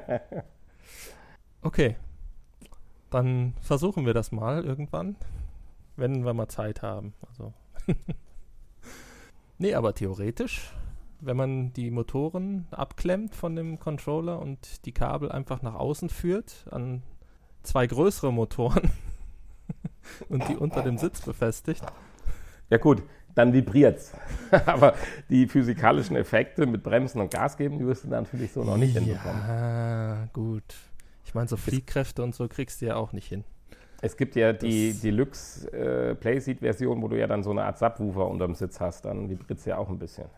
Speaker 1: Okay, dann versuchen wir das mal irgendwann, wenn wir mal Zeit haben. Also nee, aber theoretisch, wenn man die Motoren abklemmt von dem Controller und die Kabel einfach nach außen führt an 2 größere Motoren, und die unter dem Sitz befestigt.
Speaker 2: Ja gut, dann vibriert's. Aber die physikalischen Effekte mit Bremsen und Gas geben, die wirst du natürlich so noch nicht hinbekommen.
Speaker 1: Ja, gut. Ich meine, so Fliehkräfte und so kriegst du ja auch nicht hin.
Speaker 2: Es gibt ja die Deluxe Playseat-Version, wo du ja dann so eine Art Subwoofer unterm Sitz hast. Dann vibriert's ja auch ein bisschen.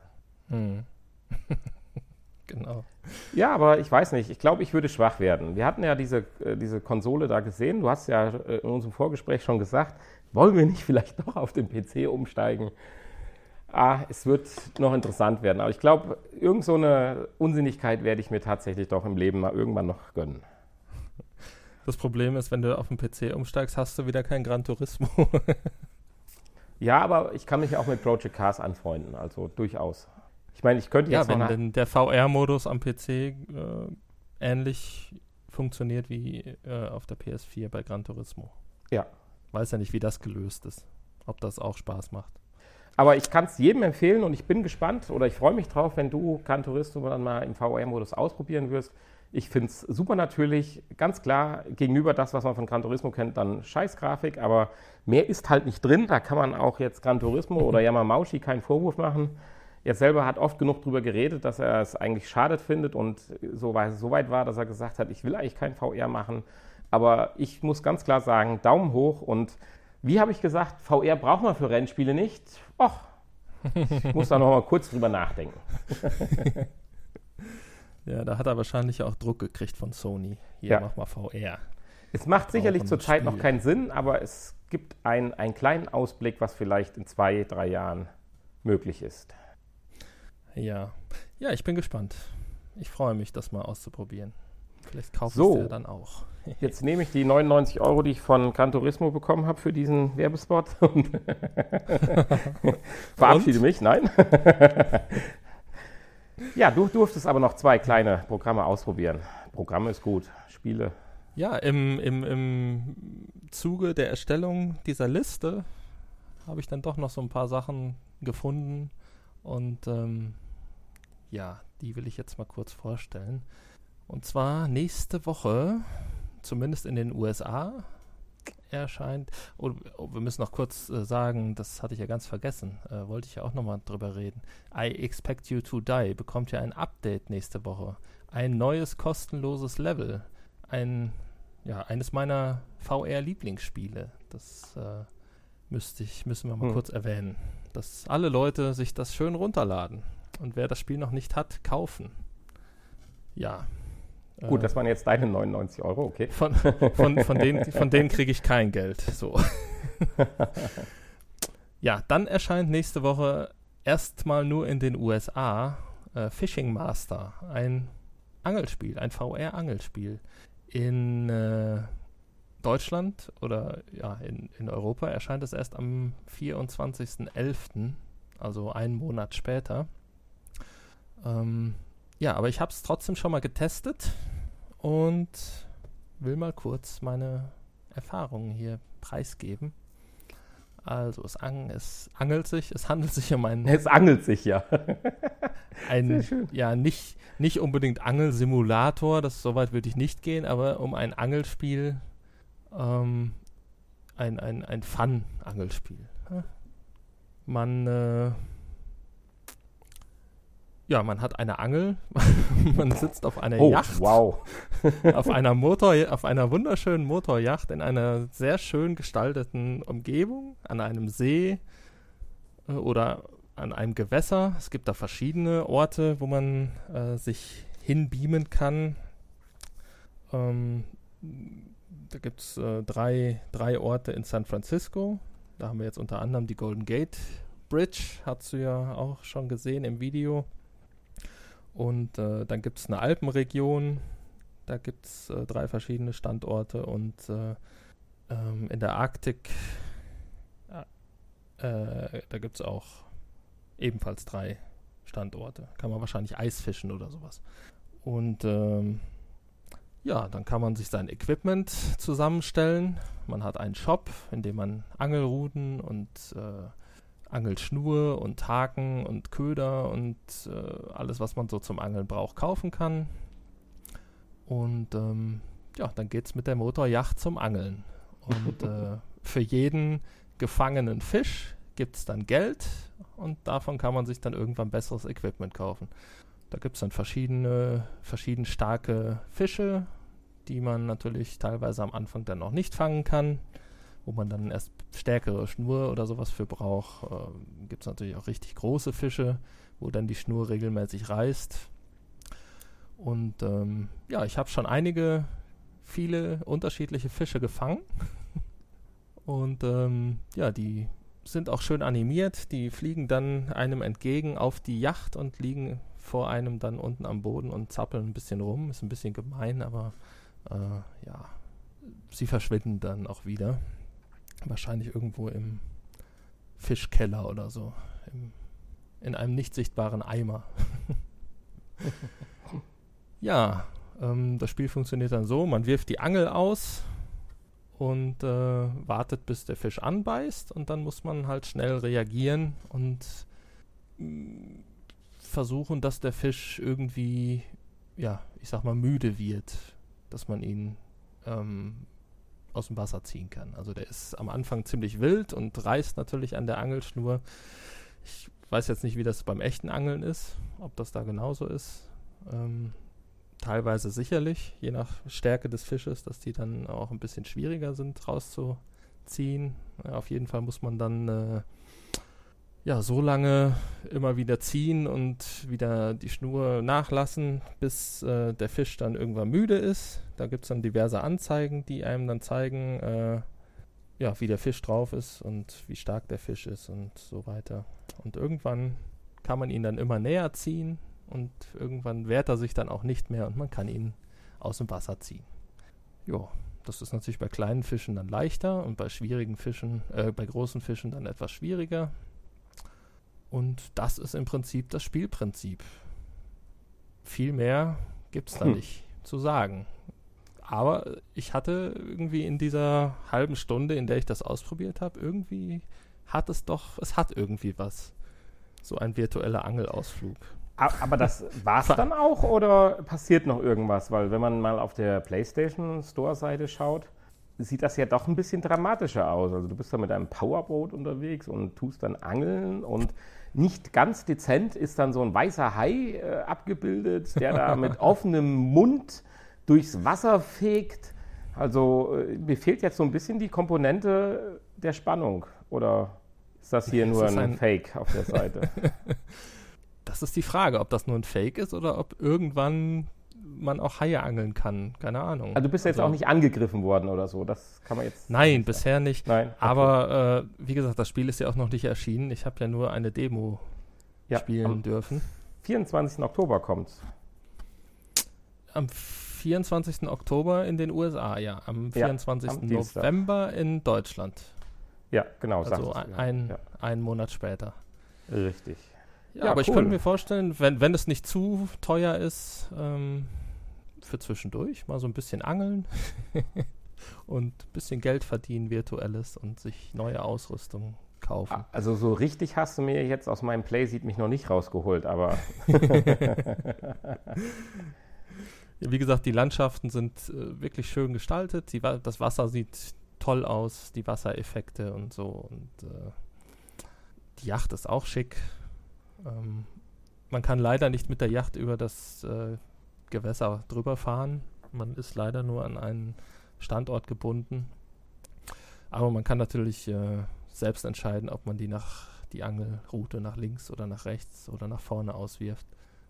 Speaker 1: Genau.
Speaker 2: Ja, aber ich weiß nicht. Ich glaube, ich würde schwach werden. Wir hatten ja diese Konsole da gesehen. Du hast ja in unserem Vorgespräch schon gesagt, wollen wir nicht vielleicht doch auf den PC umsteigen? Es wird noch interessant werden. Aber ich glaube, irgend so eine Unsinnigkeit werde ich mir tatsächlich doch im Leben mal irgendwann noch gönnen.
Speaker 1: Das Problem ist, wenn du auf den PC umsteigst, hast du wieder kein Gran Turismo.
Speaker 2: Ja, aber ich kann mich auch mit Project Cars anfreunden. Also durchaus. Ich meine, ich könnte jetzt
Speaker 1: wenn denn der VR-Modus am PC ähnlich funktioniert wie auf der PS4 bei Gran Turismo.
Speaker 2: Ja.
Speaker 1: Weiß ja nicht, wie das gelöst ist. Ob das auch Spaß macht.
Speaker 2: Aber ich kann es jedem empfehlen und ich bin gespannt oder ich freue mich drauf, wenn du Gran Turismo dann mal im VR-Modus ausprobieren wirst. Ich finde es super natürlich, ganz klar, gegenüber das, was man von Gran Turismo kennt, dann Scheißgrafik, aber mehr ist halt nicht drin. Da kann man auch jetzt Gran Turismo oder Yamamauchi keinen Vorwurf machen. Er selber hat oft genug darüber geredet, dass er es eigentlich schade findet und so weit war, dass er gesagt hat, ich will eigentlich kein VR machen. Aber ich muss ganz klar sagen, Daumen hoch und wie habe ich gesagt, VR braucht man für Rennspiele nicht. Ich muss da noch mal kurz drüber nachdenken.
Speaker 1: Ja, da hat er wahrscheinlich auch Druck gekriegt von Sony. Hier, mach mal VR.
Speaker 2: Es macht sicherlich zurzeit noch keinen Sinn, aber es gibt einen kleinen Ausblick, was vielleicht in 2-3 Jahren möglich ist.
Speaker 1: Ja, ich bin gespannt. Ich freue mich, das mal auszuprobieren. Vielleicht kaufst du es ja dann auch.
Speaker 2: Jetzt nehme ich die 99 €, die ich von Gran Turismo bekommen habe für diesen Werbespot und verabschiede mich. Nein. Ja, du durftest aber noch 2 kleine Programme ausprobieren. Programme ist gut, Spiele.
Speaker 1: Ja, im Zuge der Erstellung dieser Liste habe ich dann doch noch so ein paar Sachen gefunden und die will ich jetzt mal kurz vorstellen. Und zwar nächste Woche, zumindest in den USA, erscheint, wir müssen noch kurz sagen, das hatte ich ja ganz vergessen, wollte ich ja auch nochmal drüber reden. I Expect You to Die bekommt ja ein Update nächste Woche. Ein neues kostenloses Level. Eines meiner VR-Lieblingsspiele. Das müssen wir mal kurz erwähnen. dass alle Leute sich das schön runterladen. Und wer das Spiel noch nicht hat, kaufen. Ja.
Speaker 2: Gut, das waren jetzt deine 99 €, okay.
Speaker 1: Von denen kriege ich kein Geld. So. Ja, dann erscheint nächste Woche erstmal nur in den USA Fishing Master, ein Angelspiel, ein VR-Angelspiel. In Deutschland oder ja, in Europa erscheint es erst am 24.11., also einen Monat später. Ja, aber ich habe es trotzdem schon mal getestet und will mal kurz meine Erfahrungen hier preisgeben. Also es handelt sich um ein...
Speaker 2: Es angelt sich, ja.
Speaker 1: Ja, nicht unbedingt Angelsimulator, soweit würde ich nicht gehen, aber um ein Angelspiel, ein Fun-Angelspiel. Man hat eine Angel, man sitzt auf einer Yacht,
Speaker 2: wow.
Speaker 1: auf einer wunderschönen Motoryacht in einer sehr schön gestalteten Umgebung, an einem See oder an einem Gewässer. Es gibt da verschiedene Orte, wo man sich hinbeamen kann. Da gibt es drei Orte in San Francisco. Da haben wir jetzt unter anderem die Golden Gate Bridge, hast du ja auch schon gesehen im Video. Und dann gibt es eine Alpenregion, da gibt es 3 verschiedene Standorte und in der Arktik, da gibt es auch ebenfalls 3 Standorte. Kann man wahrscheinlich Eisfischen oder sowas. Und dann kann man sich sein Equipment zusammenstellen. Man hat einen Shop, in dem man Angelruten und Angelschnur und Haken und Köder und alles, was man so zum Angeln braucht, kaufen kann. Und dann geht's mit der Motoryacht zum Angeln. Und für jeden gefangenen Fisch gibt es dann Geld und davon kann man sich dann irgendwann besseres Equipment kaufen. Da gibt es dann verschieden starke Fische, die man natürlich teilweise am Anfang dann noch nicht fangen kann, wo man dann erst stärkere Schnur oder sowas für braucht. Gibt es natürlich auch richtig große Fische, wo dann die Schnur regelmäßig reißt. Und ich habe schon viele unterschiedliche Fische gefangen. Und die sind auch schön animiert. Die fliegen dann einem entgegen auf die Yacht und liegen vor einem dann unten am Boden und zappeln ein bisschen rum. Ist ein bisschen gemein, aber sie verschwinden dann auch wieder. Wahrscheinlich irgendwo im Fischkeller oder so. In einem nicht sichtbaren Eimer. Das Spiel funktioniert dann so, man wirft die Angel aus und wartet, bis der Fisch anbeißt und dann muss man halt schnell reagieren und versuchen, dass der Fisch irgendwie, müde wird, dass man ihn aus dem Wasser ziehen kann. Also der ist am Anfang ziemlich wild und reißt natürlich an der Angelschnur. Ich weiß jetzt nicht, wie das beim echten Angeln ist, ob das da genauso ist. Teilweise sicherlich, je nach Stärke des Fisches, dass die dann auch ein bisschen schwieriger sind rauszuziehen. Auf jeden Fall muss man dann so lange immer wieder ziehen und wieder die Schnur nachlassen, bis der Fisch dann irgendwann müde ist. Da gibt es dann diverse Anzeigen, die einem dann zeigen, wie der Fisch drauf ist und wie stark der Fisch ist und so weiter. Und irgendwann kann man ihn dann immer näher ziehen und irgendwann wehrt er sich dann auch nicht mehr und man kann ihn aus dem Wasser ziehen. Das ist natürlich bei kleinen Fischen dann leichter und bei schwierigen Fischen, bei großen Fischen dann etwas schwieriger. Und das ist im Prinzip das Spielprinzip. Viel mehr gibt es da nicht zu sagen. Aber ich hatte irgendwie in dieser halben Stunde, in der ich das ausprobiert habe, es hat irgendwie was. So ein virtueller Angelausflug.
Speaker 2: Aber das war's dann auch oder passiert noch irgendwas? Weil wenn man mal auf der PlayStation Store-Seite schaut, sieht das ja doch ein bisschen dramatischer aus. Also du bist da mit einem Powerboat unterwegs und tust dann angeln und nicht ganz dezent ist dann so ein weißer Hai abgebildet, der da mit offenem Mund durchs Wasser fegt. Also mir fehlt jetzt so ein bisschen die Komponente der Spannung. Oder Ist das hier nur ein Fake auf der Seite?
Speaker 1: Das ist die Frage, ob das nur ein Fake ist oder ob irgendwann man auch Haie angeln kann. Keine Ahnung.
Speaker 2: Also du bist jetzt auch nicht angegriffen worden oder so? Das kann man jetzt...
Speaker 1: Nein, bisher nicht.
Speaker 2: Nein, okay.
Speaker 1: Aber wie gesagt, das Spiel ist ja auch noch nicht erschienen. Ich habe ja nur eine Demo spielen dürfen.
Speaker 2: 24. Oktober kommt's.
Speaker 1: Am 24. Oktober in den USA, ja. Am 24. November in Deutschland.
Speaker 2: Ja, genau.
Speaker 1: Also einen Monat später.
Speaker 2: Richtig.
Speaker 1: Ja, aber cool. Ich könnte mir vorstellen, wenn es nicht zu teuer ist, für zwischendurch mal so ein bisschen angeln und ein bisschen Geld verdienen, virtuelles, und sich neue Ausrüstung kaufen.
Speaker 2: Also so richtig hast du mir jetzt aus meinem Playseat mich noch nicht rausgeholt, aber...
Speaker 1: Wie gesagt, die Landschaften sind wirklich schön gestaltet. Das Wasser sieht toll aus, die Wassereffekte und so. Und die Yacht ist auch schick. Man kann leider nicht mit der Yacht über das Gewässer drüber fahren. Man ist leider nur an einen Standort gebunden. Aber man kann natürlich selbst entscheiden, ob man die Angelroute nach links oder nach rechts oder nach vorne auswirft.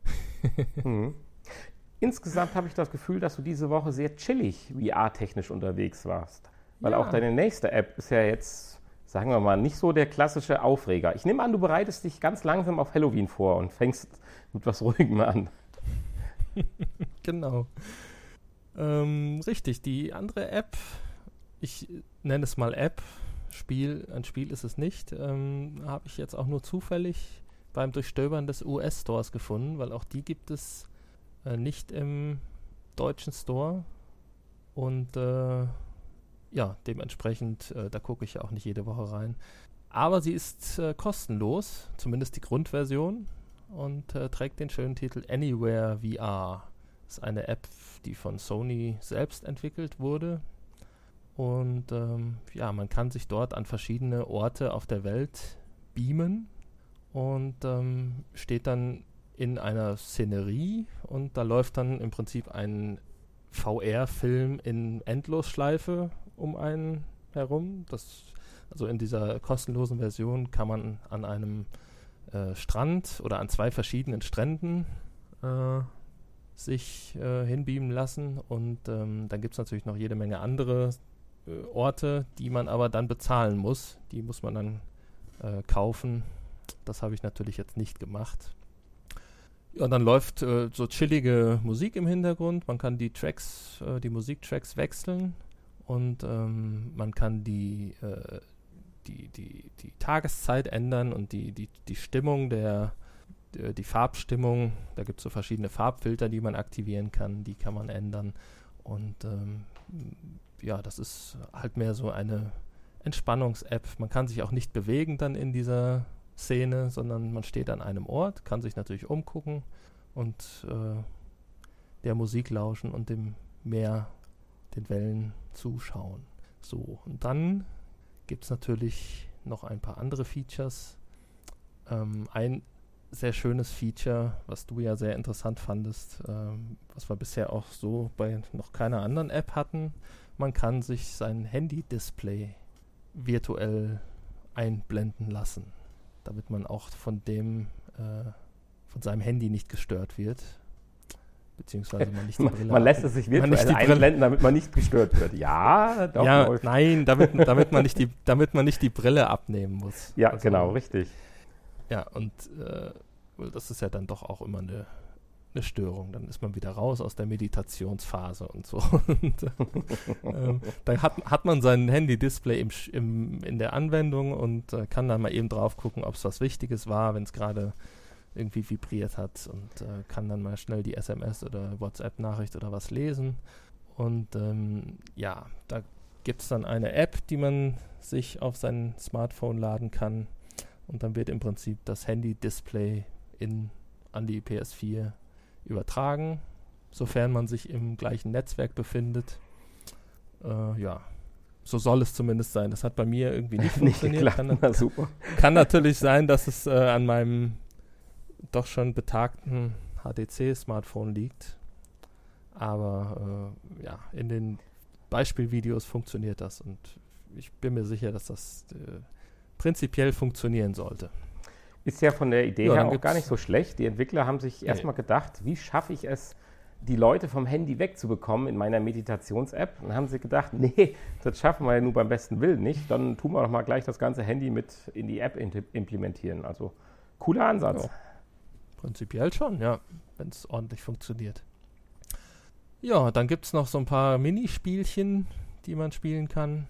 Speaker 2: Insgesamt habe ich das Gefühl, dass du diese Woche sehr chillig VR-technisch unterwegs warst. Weil auch deine nächste App ist ja jetzt, sagen wir mal, nicht so der klassische Aufreger. Ich nehme an, du bereitest dich ganz langsam auf Halloween vor und fängst mit was Ruhigem an.
Speaker 1: Genau. Richtig, die andere App, ich nenne es mal App, ein Spiel ist es nicht, habe ich jetzt auch nur zufällig beim Durchstöbern des US-Stores gefunden, weil auch die gibt es nicht im deutschen Store und dementsprechend, da gucke ich ja auch nicht jede Woche rein. Aber sie ist kostenlos, zumindest die Grundversion, und trägt den schönen Titel Anywhere VR. Das ist eine App, die von Sony selbst entwickelt wurde. Und man kann sich dort an verschiedene Orte auf der Welt beamen und steht dann in einer Szenerie, und da läuft dann im Prinzip ein VR-Film in Endlosschleife um einen herum. Also in dieser kostenlosen Version kann man an einem Strand oder an 2 verschiedenen Stränden sich hinbeamen lassen, und dann gibt es natürlich noch jede Menge andere Orte, die man aber dann bezahlen muss. Die muss man dann kaufen. Das habe ich natürlich jetzt nicht gemacht. Ja, und dann läuft so chillige Musik im Hintergrund. Man kann die Musiktracks wechseln, und man kann die Tageszeit ändern und die Stimmung, die Farbstimmung. Da gibt es so verschiedene Farbfilter, die man aktivieren kann. Die kann man ändern. Und das ist halt mehr so eine Entspannungs-App. Man kann sich auch nicht bewegen dann in dieser Szene, sondern man steht an einem Ort, kann sich natürlich umgucken und der Musik lauschen und dem Meer, den Wellen zuschauen. So, und dann gibt es natürlich noch ein paar andere Features. Ein sehr schönes Feature, was du ja sehr interessant fandest, was wir bisher auch so bei noch keiner anderen App hatten. Man kann sich sein Handy-Display virtuell einblenden lassen, damit man auch von seinem Handy nicht gestört wird. Beziehungsweise man nicht die Brille
Speaker 2: man lässt es sich virtuell einblenden, damit man nicht gestört wird. Ja, doch.
Speaker 1: Ja, nein, damit man nicht die Brille abnehmen muss.
Speaker 2: Ja, also, genau, richtig.
Speaker 1: Ja, und das ist ja dann doch auch immer eine Störung. Dann ist man wieder raus aus der Meditationsphase und so. Und, dann hat man sein Handy-Display in der Anwendung und kann dann mal eben drauf gucken, ob es was Wichtiges war, wenn es gerade irgendwie vibriert hat, und kann dann mal schnell die SMS oder WhatsApp-Nachricht oder was lesen. Und da gibt es dann eine App, die man sich auf sein Smartphone laden kann, und dann wird im Prinzip das Handy-Display an die PS4 übertragen, sofern man sich im gleichen Netzwerk befindet. So soll es zumindest sein. Das hat bei mir irgendwie nicht funktioniert. Kann natürlich sein, dass es an meinem doch schon betagten HTC-Smartphone liegt. Aber in den Beispielvideos funktioniert das, und ich bin mir sicher, dass das prinzipiell funktionieren sollte.
Speaker 2: Ist ja von der Idee her auch gar nicht so schlecht. Die Entwickler haben sich erstmal gedacht, wie schaffe ich es, die Leute vom Handy wegzubekommen in meiner Meditations-App. Und dann haben sie gedacht, nee, das schaffen wir ja nur beim besten Willen nicht. Dann tun wir doch mal gleich das ganze Handy mit in die App implementieren. Also cooler Ansatz.
Speaker 1: Ja. Prinzipiell schon, ja, wenn es ordentlich funktioniert. Ja, dann gibt es noch so ein paar Minispielchen, die man spielen kann.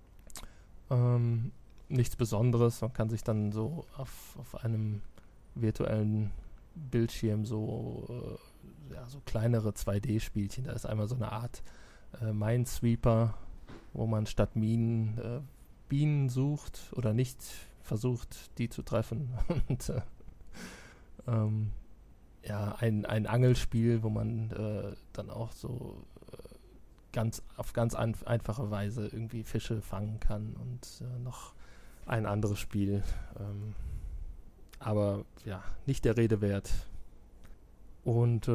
Speaker 1: Nichts Besonderes. Man kann sich dann so auf einem virtuellen Bildschirm so kleinere 2D-Spielchen. Da ist einmal so eine Art Minesweeper, wo man statt Minen Bienen sucht oder nicht versucht, die zu treffen. Und ein Angelspiel, wo man dann auch so auf ganz einfache Weise irgendwie Fische fangen kann und noch ein anderes Spiel. Aber ja, nicht der Rede wert. Und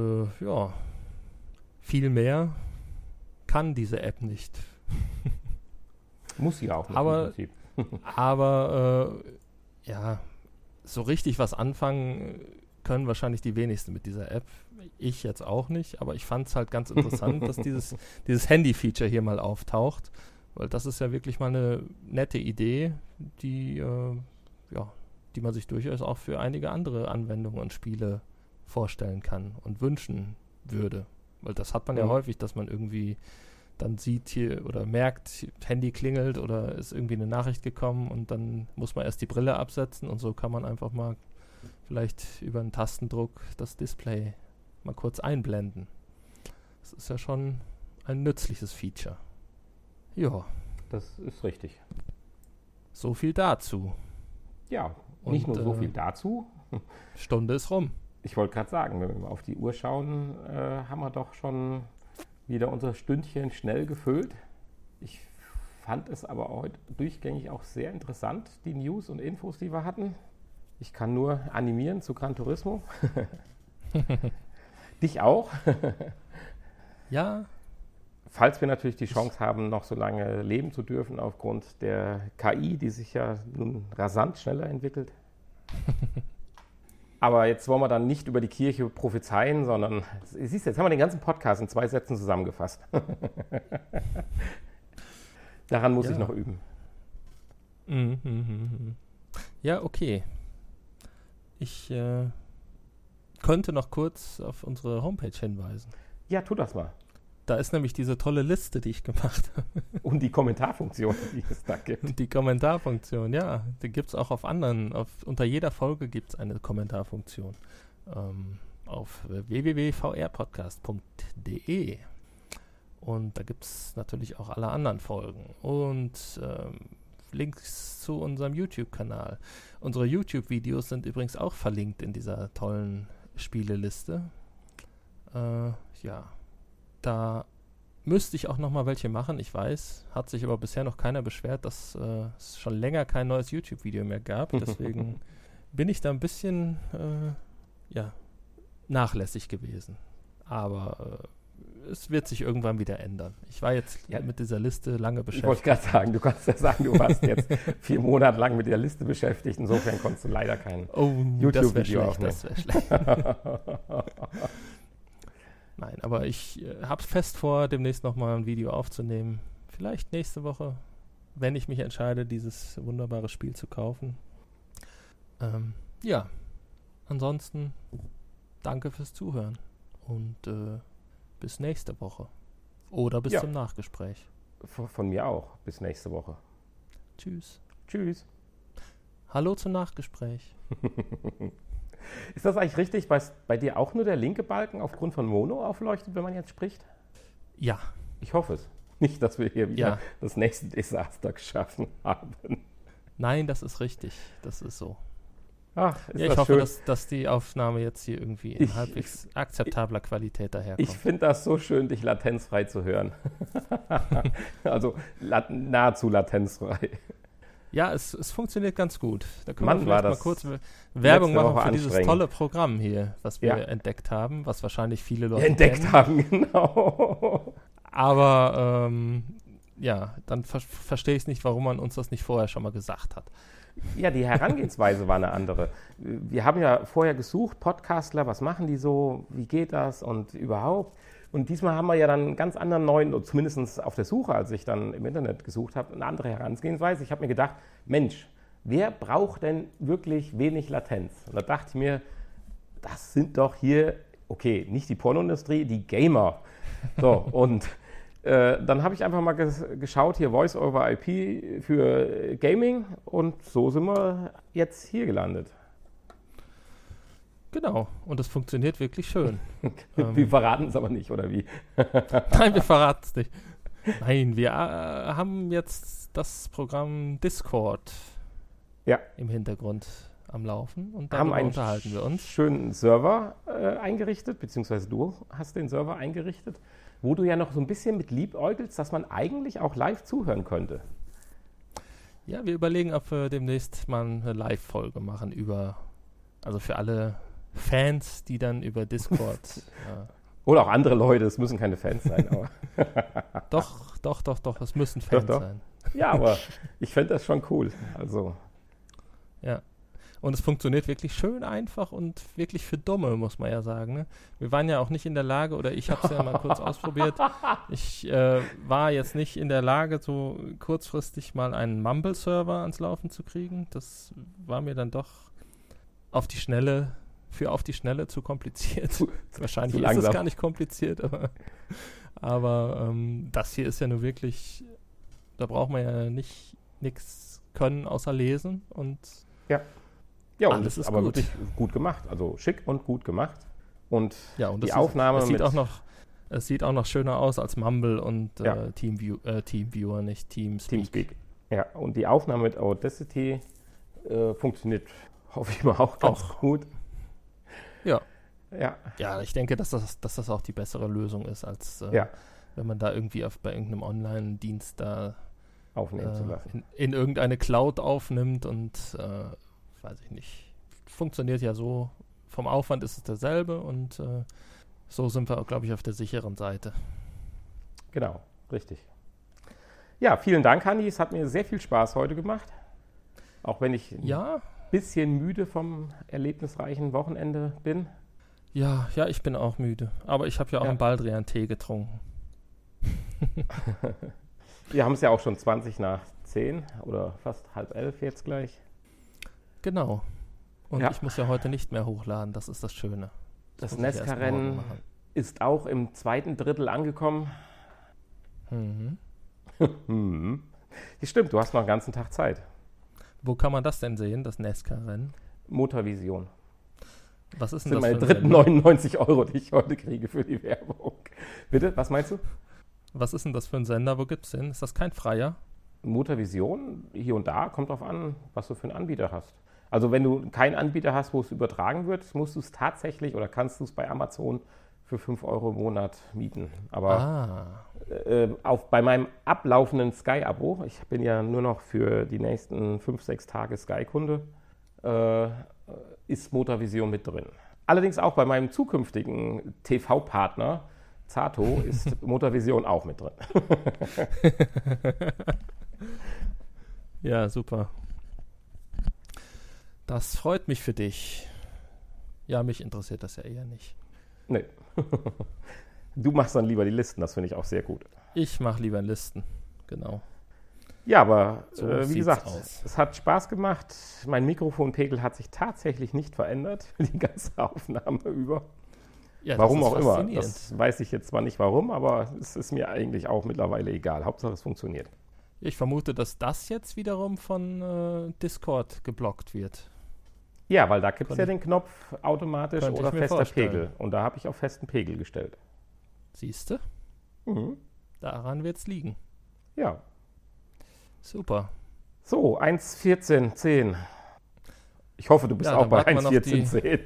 Speaker 1: viel mehr kann diese App nicht.
Speaker 2: Muss sie auch nicht
Speaker 1: aber,
Speaker 2: im Prinzip.
Speaker 1: Aber so richtig was anfangen können wahrscheinlich die wenigsten mit dieser App. Ich jetzt auch nicht, aber ich fand es halt ganz interessant, dass dieses Handy-Feature hier mal auftaucht, weil das ist ja wirklich mal eine nette Idee, die man sich durchaus auch für einige andere Anwendungen und Spiele vorstellen kann und wünschen würde. Weil das hat man ja häufig, dass man irgendwie dann sieht hier oder merkt, Handy klingelt oder ist irgendwie eine Nachricht gekommen und dann muss man erst die Brille absetzen und so kann man einfach mal vielleicht über einen Tastendruck das Display mal kurz einblenden. Das ist ja schon ein nützliches Feature. Ja.
Speaker 2: Das ist richtig.
Speaker 1: So viel dazu.
Speaker 2: Ja, nicht nur so viel dazu.
Speaker 1: Stunde ist rum.
Speaker 2: Ich wollte gerade sagen, wenn wir mal auf die Uhr schauen, haben wir doch schon wieder unser Stündchen schnell gefüllt. Ich fand es aber heute durchgängig auch sehr interessant, die News und Infos, die wir hatten. Ich kann nur animieren zu Gran Turismo. Dich auch.
Speaker 1: Ja.
Speaker 2: Falls wir natürlich die Chance haben, noch so lange leben zu dürfen aufgrund der KI, die sich ja nun rasant schneller entwickelt. Aber jetzt wollen wir dann nicht über die Kirche prophezeien, sondern, siehst du, jetzt haben wir den ganzen Podcast in 2 Sätzen zusammengefasst. Daran muss ich noch üben.
Speaker 1: Ja, okay. Ich könnte noch kurz auf unsere Homepage hinweisen.
Speaker 2: Ja, tu das mal.
Speaker 1: Da ist nämlich diese tolle Liste, die ich gemacht habe.
Speaker 2: Und die Kommentarfunktion, die es da gibt.
Speaker 1: Die Kommentarfunktion, ja. Die gibt es auch auf anderen. Unter jeder Folge gibt es eine Kommentarfunktion. Auf www.vrpodcast.de. Und da gibt es natürlich auch alle anderen Folgen. Und Links zu unserem YouTube-Kanal. Unsere YouTube-Videos sind übrigens auch verlinkt in dieser tollen Spieleliste. Da müsste ich auch noch mal welche machen, ich weiß. Hat sich aber bisher noch keiner beschwert, dass es schon länger kein neues YouTube-Video mehr gab. Deswegen bin ich da ein bisschen nachlässig gewesen. Aber es wird sich irgendwann wieder ändern. Ich war jetzt mit dieser Liste lange beschäftigt.
Speaker 2: Ich wollte gerade sagen, du kannst ja sagen, du warst jetzt 4 Monate lang mit der Liste beschäftigt. Insofern konntest du leider kein YouTube-Video aufnehmen.
Speaker 1: Das wäre schlecht. Nein, aber ich habe fest vor, demnächst nochmal ein Video aufzunehmen. Vielleicht nächste Woche, wenn ich mich entscheide, dieses wunderbare Spiel zu kaufen. Ansonsten danke fürs Zuhören und bis nächste Woche. Oder bis zum Nachgespräch.
Speaker 2: Von mir auch. Bis nächste Woche.
Speaker 1: Tschüss.
Speaker 2: Tschüss.
Speaker 1: Hallo zum Nachgespräch.
Speaker 2: Ist das eigentlich richtig, bei dir auch nur der linke Balken aufgrund von Mono aufleuchtet, wenn man jetzt spricht?
Speaker 1: Ja.
Speaker 2: Ich hoffe es. Nicht, dass wir hier wieder das nächste Desaster geschaffen haben.
Speaker 1: Nein, das ist richtig. Das ist so.
Speaker 2: Ach,
Speaker 1: ich hoffe, dass die Aufnahme jetzt hier irgendwie in halbwegs akzeptabler Qualität daherkommt.
Speaker 2: Ich finde das so schön, dich latenzfrei zu hören. Also nahezu latenzfrei.
Speaker 1: Ja, es funktioniert ganz gut. Da können wir vielleicht mal kurz Werbung machen für dieses tolle Programm hier, was wir entdeckt haben, was wahrscheinlich viele Leute
Speaker 2: haben, genau.
Speaker 1: Aber dann verstehe ich es nicht, warum man uns das nicht vorher schon mal gesagt hat.
Speaker 2: Ja, die Herangehensweise war eine andere. Wir haben ja vorher gesucht, Podcastler, was machen die so, wie geht das und überhaupt. Und diesmal haben wir ja dann einen ganz anderen neuen, zumindest auf der Suche, als ich dann im Internet gesucht habe, eine andere Herangehensweise. Ich habe mir gedacht, Mensch, wer braucht denn wirklich wenig Latenz? Und da dachte ich mir, das sind doch hier, okay, nicht die Pornoindustrie, die Gamer. So, und dann habe ich einfach mal geschaut, hier Voice over IP für Gaming und so sind wir jetzt hier gelandet.
Speaker 1: Genau, und es funktioniert wirklich schön.
Speaker 2: Wir verraten es aber nicht, oder wie?
Speaker 1: Nein, wir verraten es nicht. Nein, wir haben jetzt das Programm Discord im Hintergrund am Laufen und darüber unterhalten wir uns.
Speaker 2: Haben einen schönen Server eingerichtet, beziehungsweise du hast den Server eingerichtet, wo du ja noch so ein bisschen mit liebäugelst, dass man eigentlich auch live zuhören könnte.
Speaker 1: Ja, wir überlegen, ob wir demnächst mal eine Live-Folge machen also für alle Fans, die dann über Discord...
Speaker 2: Oder auch andere Leute, es müssen keine Fans sein. Aber
Speaker 1: Doch, es müssen Fans sein.
Speaker 2: Ja, aber ich fände das schon cool. Also.
Speaker 1: Ja. Und es funktioniert wirklich schön einfach und wirklich für Dumme, muss man ja sagen. Ne? Wir waren ja auch nicht in der Lage, oder ich habe es ja mal kurz ausprobiert, ich war jetzt nicht in der Lage, so kurzfristig mal einen Mumble-Server ans Laufen zu kriegen. Das war mir dann doch auf die Schnelle zu kompliziert. Wahrscheinlich ist es gar nicht kompliziert, aber das hier ist ja nur wirklich, da braucht man ja nichts können außer lesen und
Speaker 2: ja, und das ist aber wirklich gut gemacht. Also schick und gut gemacht. Und die Aufnahme
Speaker 1: es sieht auch noch schöner aus als Mumble und Teamviewer, nicht Teamspeak.
Speaker 2: Ja, und die Aufnahme mit Audacity funktioniert, hoffe ich mal, auch ganz gut.
Speaker 1: Ja. Ja, ich denke, dass das auch die bessere Lösung ist, als wenn man da irgendwie bei irgendeinem Online-Dienst da
Speaker 2: aufnehmen zu lassen.
Speaker 1: In irgendeine Cloud aufnimmt und weiß ich nicht. Funktioniert ja so. Vom Aufwand ist es derselbe und so sind wir, glaube ich, auf der sicheren Seite.
Speaker 2: Genau, richtig. Ja, vielen Dank, Hanni. Es hat mir sehr viel Spaß heute gemacht. Auch wenn ich ein bisschen müde vom erlebnisreichen Wochenende bin.
Speaker 1: Ja, ich bin auch müde. Aber ich habe ja auch einen Baldrian-Tee getrunken.
Speaker 2: Wir haben es ja auch schon 20:10 oder fast 10:30 jetzt gleich.
Speaker 1: Genau. Und ich muss ja heute nicht mehr hochladen, das ist das Schöne.
Speaker 2: Das Nesca-Rennen ist auch im zweiten Drittel angekommen. Das stimmt, du hast noch einen ganzen Tag Zeit.
Speaker 1: Wo kann man das denn sehen, das Nesca-Rennen?
Speaker 2: Motorvision.
Speaker 1: Was ist denn
Speaker 2: das
Speaker 1: für
Speaker 2: meine dritten 99 €, die ich heute kriege für die Werbung. Bitte, was meinst du?
Speaker 1: Was ist denn das für ein Sender? Wo gibt's den? Ist das kein freier?
Speaker 2: Motorvision, hier und da, kommt drauf an, was du für einen Anbieter hast. Also wenn du keinen Anbieter hast, wo es übertragen wird, musst du es tatsächlich oder kannst du es bei Amazon für 5 € im Monat mieten. Aber bei meinem ablaufenden Sky-Abo, ich bin ja nur noch für die nächsten 5-6 Tage Sky-Kunde, ist Motorvision mit drin. Allerdings auch bei meinem zukünftigen TV-Partner Zato ist Motorvision auch mit drin.
Speaker 1: Ja, super. Das freut mich für dich. Ja, mich interessiert das ja eher nicht.
Speaker 2: Nee. Du machst dann lieber die Listen, das finde ich auch sehr gut.
Speaker 1: Ich mache lieber Listen, genau.
Speaker 2: Ja, aber so wie gesagt, es hat Spaß gemacht. Mein Mikrofonpegel hat sich tatsächlich nicht verändert die ganze Aufnahme über. Ja, warum auch immer. Das weiß ich jetzt zwar nicht warum, aber es ist mir eigentlich auch mittlerweile egal. Hauptsache es funktioniert.
Speaker 1: Ich vermute, dass das jetzt wiederum von Discord geblockt wird.
Speaker 2: Ja, weil da gibt es ja den Knopf automatisch oder fester Pegel. Und da habe ich auf festen Pegel gestellt.
Speaker 1: Siehst du? Daran wird es liegen.
Speaker 2: Ja.
Speaker 1: Super.
Speaker 2: So, 1:14:10. Ich hoffe, du bist auch bei 1:14:10.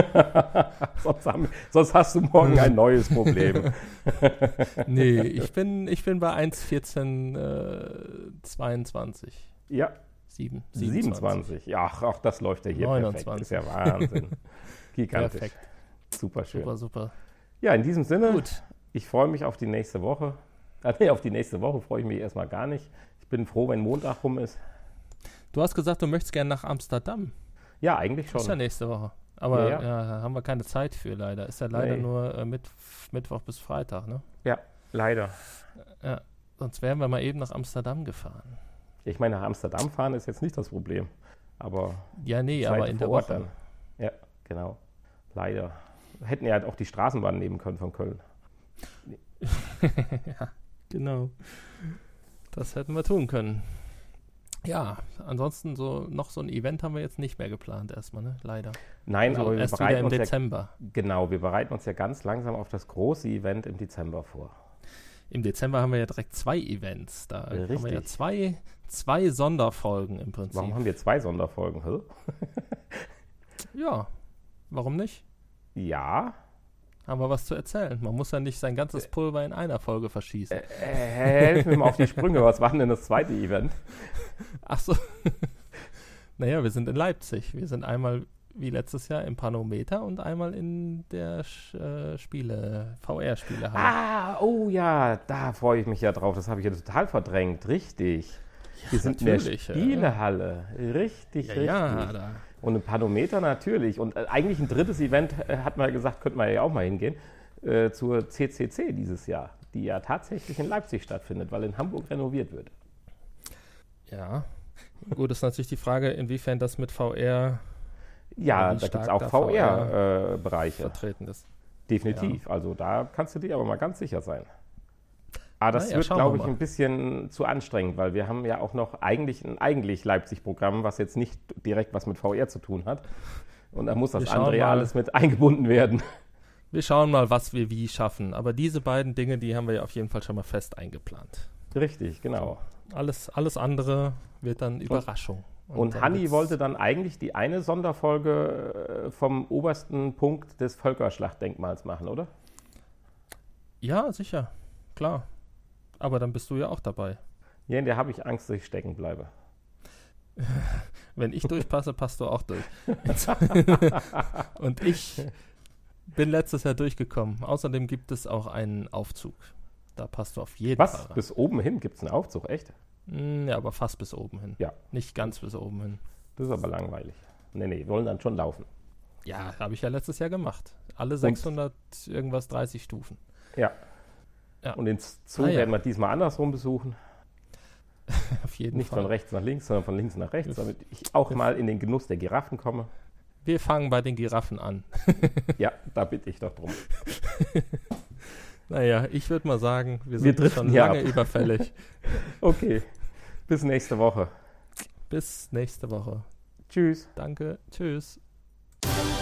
Speaker 2: Sonst hast du morgen ein neues Problem.
Speaker 1: Nee, ich bin bei 1:14:22.
Speaker 2: Ja.
Speaker 1: 27.
Speaker 2: Ja, auch das läuft ja hier
Speaker 1: 29.
Speaker 2: Perfekt. Ist ja Wahnsinn. Gigantisch.
Speaker 1: Perfekt.
Speaker 2: Super schön.
Speaker 1: Super.
Speaker 2: Ja, in diesem Sinne, ich freue mich auf die nächste Woche. Auf die nächste Woche freue ich mich erstmal gar nicht. Ich bin froh, wenn Montag rum ist.
Speaker 1: Du hast gesagt, du möchtest gerne nach Amsterdam.
Speaker 2: Ja, eigentlich schon.
Speaker 1: Ist ja nächste Woche. Aber ja, haben wir keine Zeit für leider. Ist ja leider nur Mittwoch bis Freitag, ne?
Speaker 2: Ja, leider.
Speaker 1: Ja, sonst wären wir mal eben nach Amsterdam gefahren.
Speaker 2: Ich meine, nach Amsterdam fahren ist jetzt nicht das Problem. Aber
Speaker 1: ja, nee, aber in der Woche.
Speaker 2: Dann. Ja, genau. Leider. Hätten ja halt auch die Straßenbahn nehmen können von Köln.
Speaker 1: Ja, genau. Das hätten wir tun können. Ja, ansonsten noch so ein Event haben wir jetzt nicht mehr geplant erstmal, ne? Leider.
Speaker 2: Nein,
Speaker 1: also
Speaker 2: aber wir
Speaker 1: erst
Speaker 2: bereiten
Speaker 1: wieder
Speaker 2: uns
Speaker 1: im Dezember.
Speaker 2: Genau, wir bereiten uns ja ganz langsam auf das große Event im Dezember vor.
Speaker 1: Im Dezember haben wir ja direkt 2 Events. Da haben wir ja zwei Sonderfolgen im Prinzip.
Speaker 2: Warum haben wir 2 Sonderfolgen? Hä?
Speaker 1: Ja, warum nicht?
Speaker 2: Ja.
Speaker 1: Haben wir was zu erzählen. Man muss ja nicht sein ganzes Pulver in einer Folge verschießen.
Speaker 2: Helf mir mal auf die Sprünge. Was war denn das zweite Event?
Speaker 1: Ach so. Naja, wir sind in Leipzig. Wir sind einmal wie letztes Jahr im Panometer und einmal in der VR-Spielehalle.
Speaker 2: Oh ja, da freue ich mich ja drauf. Das habe ich ja total verdrängt. Richtig.
Speaker 1: Ja,
Speaker 2: wir sind in der Spielehalle. Richtig.
Speaker 1: Ja, da.
Speaker 2: Und im Panometer natürlich. Und eigentlich ein drittes Event, hat man gesagt, könnte man ja auch mal hingehen, zur CCC dieses Jahr, die ja tatsächlich in Leipzig stattfindet, weil in Hamburg renoviert wird.
Speaker 1: Ja, gut, ist natürlich die Frage, inwiefern das mit VR...
Speaker 2: Ja, da gibt es auch VR-Bereiche.
Speaker 1: Vertreten ist.
Speaker 2: Definitiv, also da kannst du dir aber mal ganz sicher sein. Aber das wird, glaube ich, ein bisschen zu anstrengend, weil wir haben ja auch noch ein Leipzig-Programm, was jetzt nicht direkt was mit VR zu tun hat. Und da muss das andere ja alles mit eingebunden werden.
Speaker 1: Wir schauen mal, was wir wie schaffen. Aber diese beiden Dinge, die haben wir ja auf jeden Fall schon mal fest eingeplant.
Speaker 2: Richtig, genau.
Speaker 1: Alles andere wird dann Überraschung.
Speaker 2: Und Hanni wollte dann eigentlich die eine Sonderfolge vom obersten Punkt des Völkerschlachtdenkmals machen, oder?
Speaker 1: Ja, sicher. Klar. Aber dann bist du ja auch dabei.
Speaker 2: Ja, in der habe ich Angst, dass ich stecken bleibe.
Speaker 1: Wenn ich durchpasse, passt du auch durch. Und ich bin letztes Jahr durchgekommen. Außerdem gibt es auch einen Aufzug. Da passt du auf jeden Fall rein.
Speaker 2: Was? Bis oben hin gibt es einen Aufzug, echt?
Speaker 1: Ja, aber fast bis oben hin.
Speaker 2: Ja.
Speaker 1: Nicht ganz bis oben hin.
Speaker 2: Das ist aber langweilig. Nee, wir wollen dann schon laufen.
Speaker 1: Ja, habe ich ja letztes Jahr gemacht. Alle 30 Stufen.
Speaker 2: Ja. Und den Zoo werden wir diesmal andersrum besuchen.
Speaker 1: Auf jeden
Speaker 2: Nicht
Speaker 1: Fall.
Speaker 2: Von rechts nach links, sondern von links nach rechts, damit ich auch mal in den Genuss der Giraffen komme.
Speaker 1: Wir fangen bei den Giraffen an.
Speaker 2: Ja, da bitte ich doch drum.
Speaker 1: Naja, ich würde mal sagen, wir sind schon lange überfällig.
Speaker 2: Okay, bis nächste Woche.
Speaker 1: Bis nächste Woche.
Speaker 2: Tschüss.
Speaker 1: Danke, tschüss.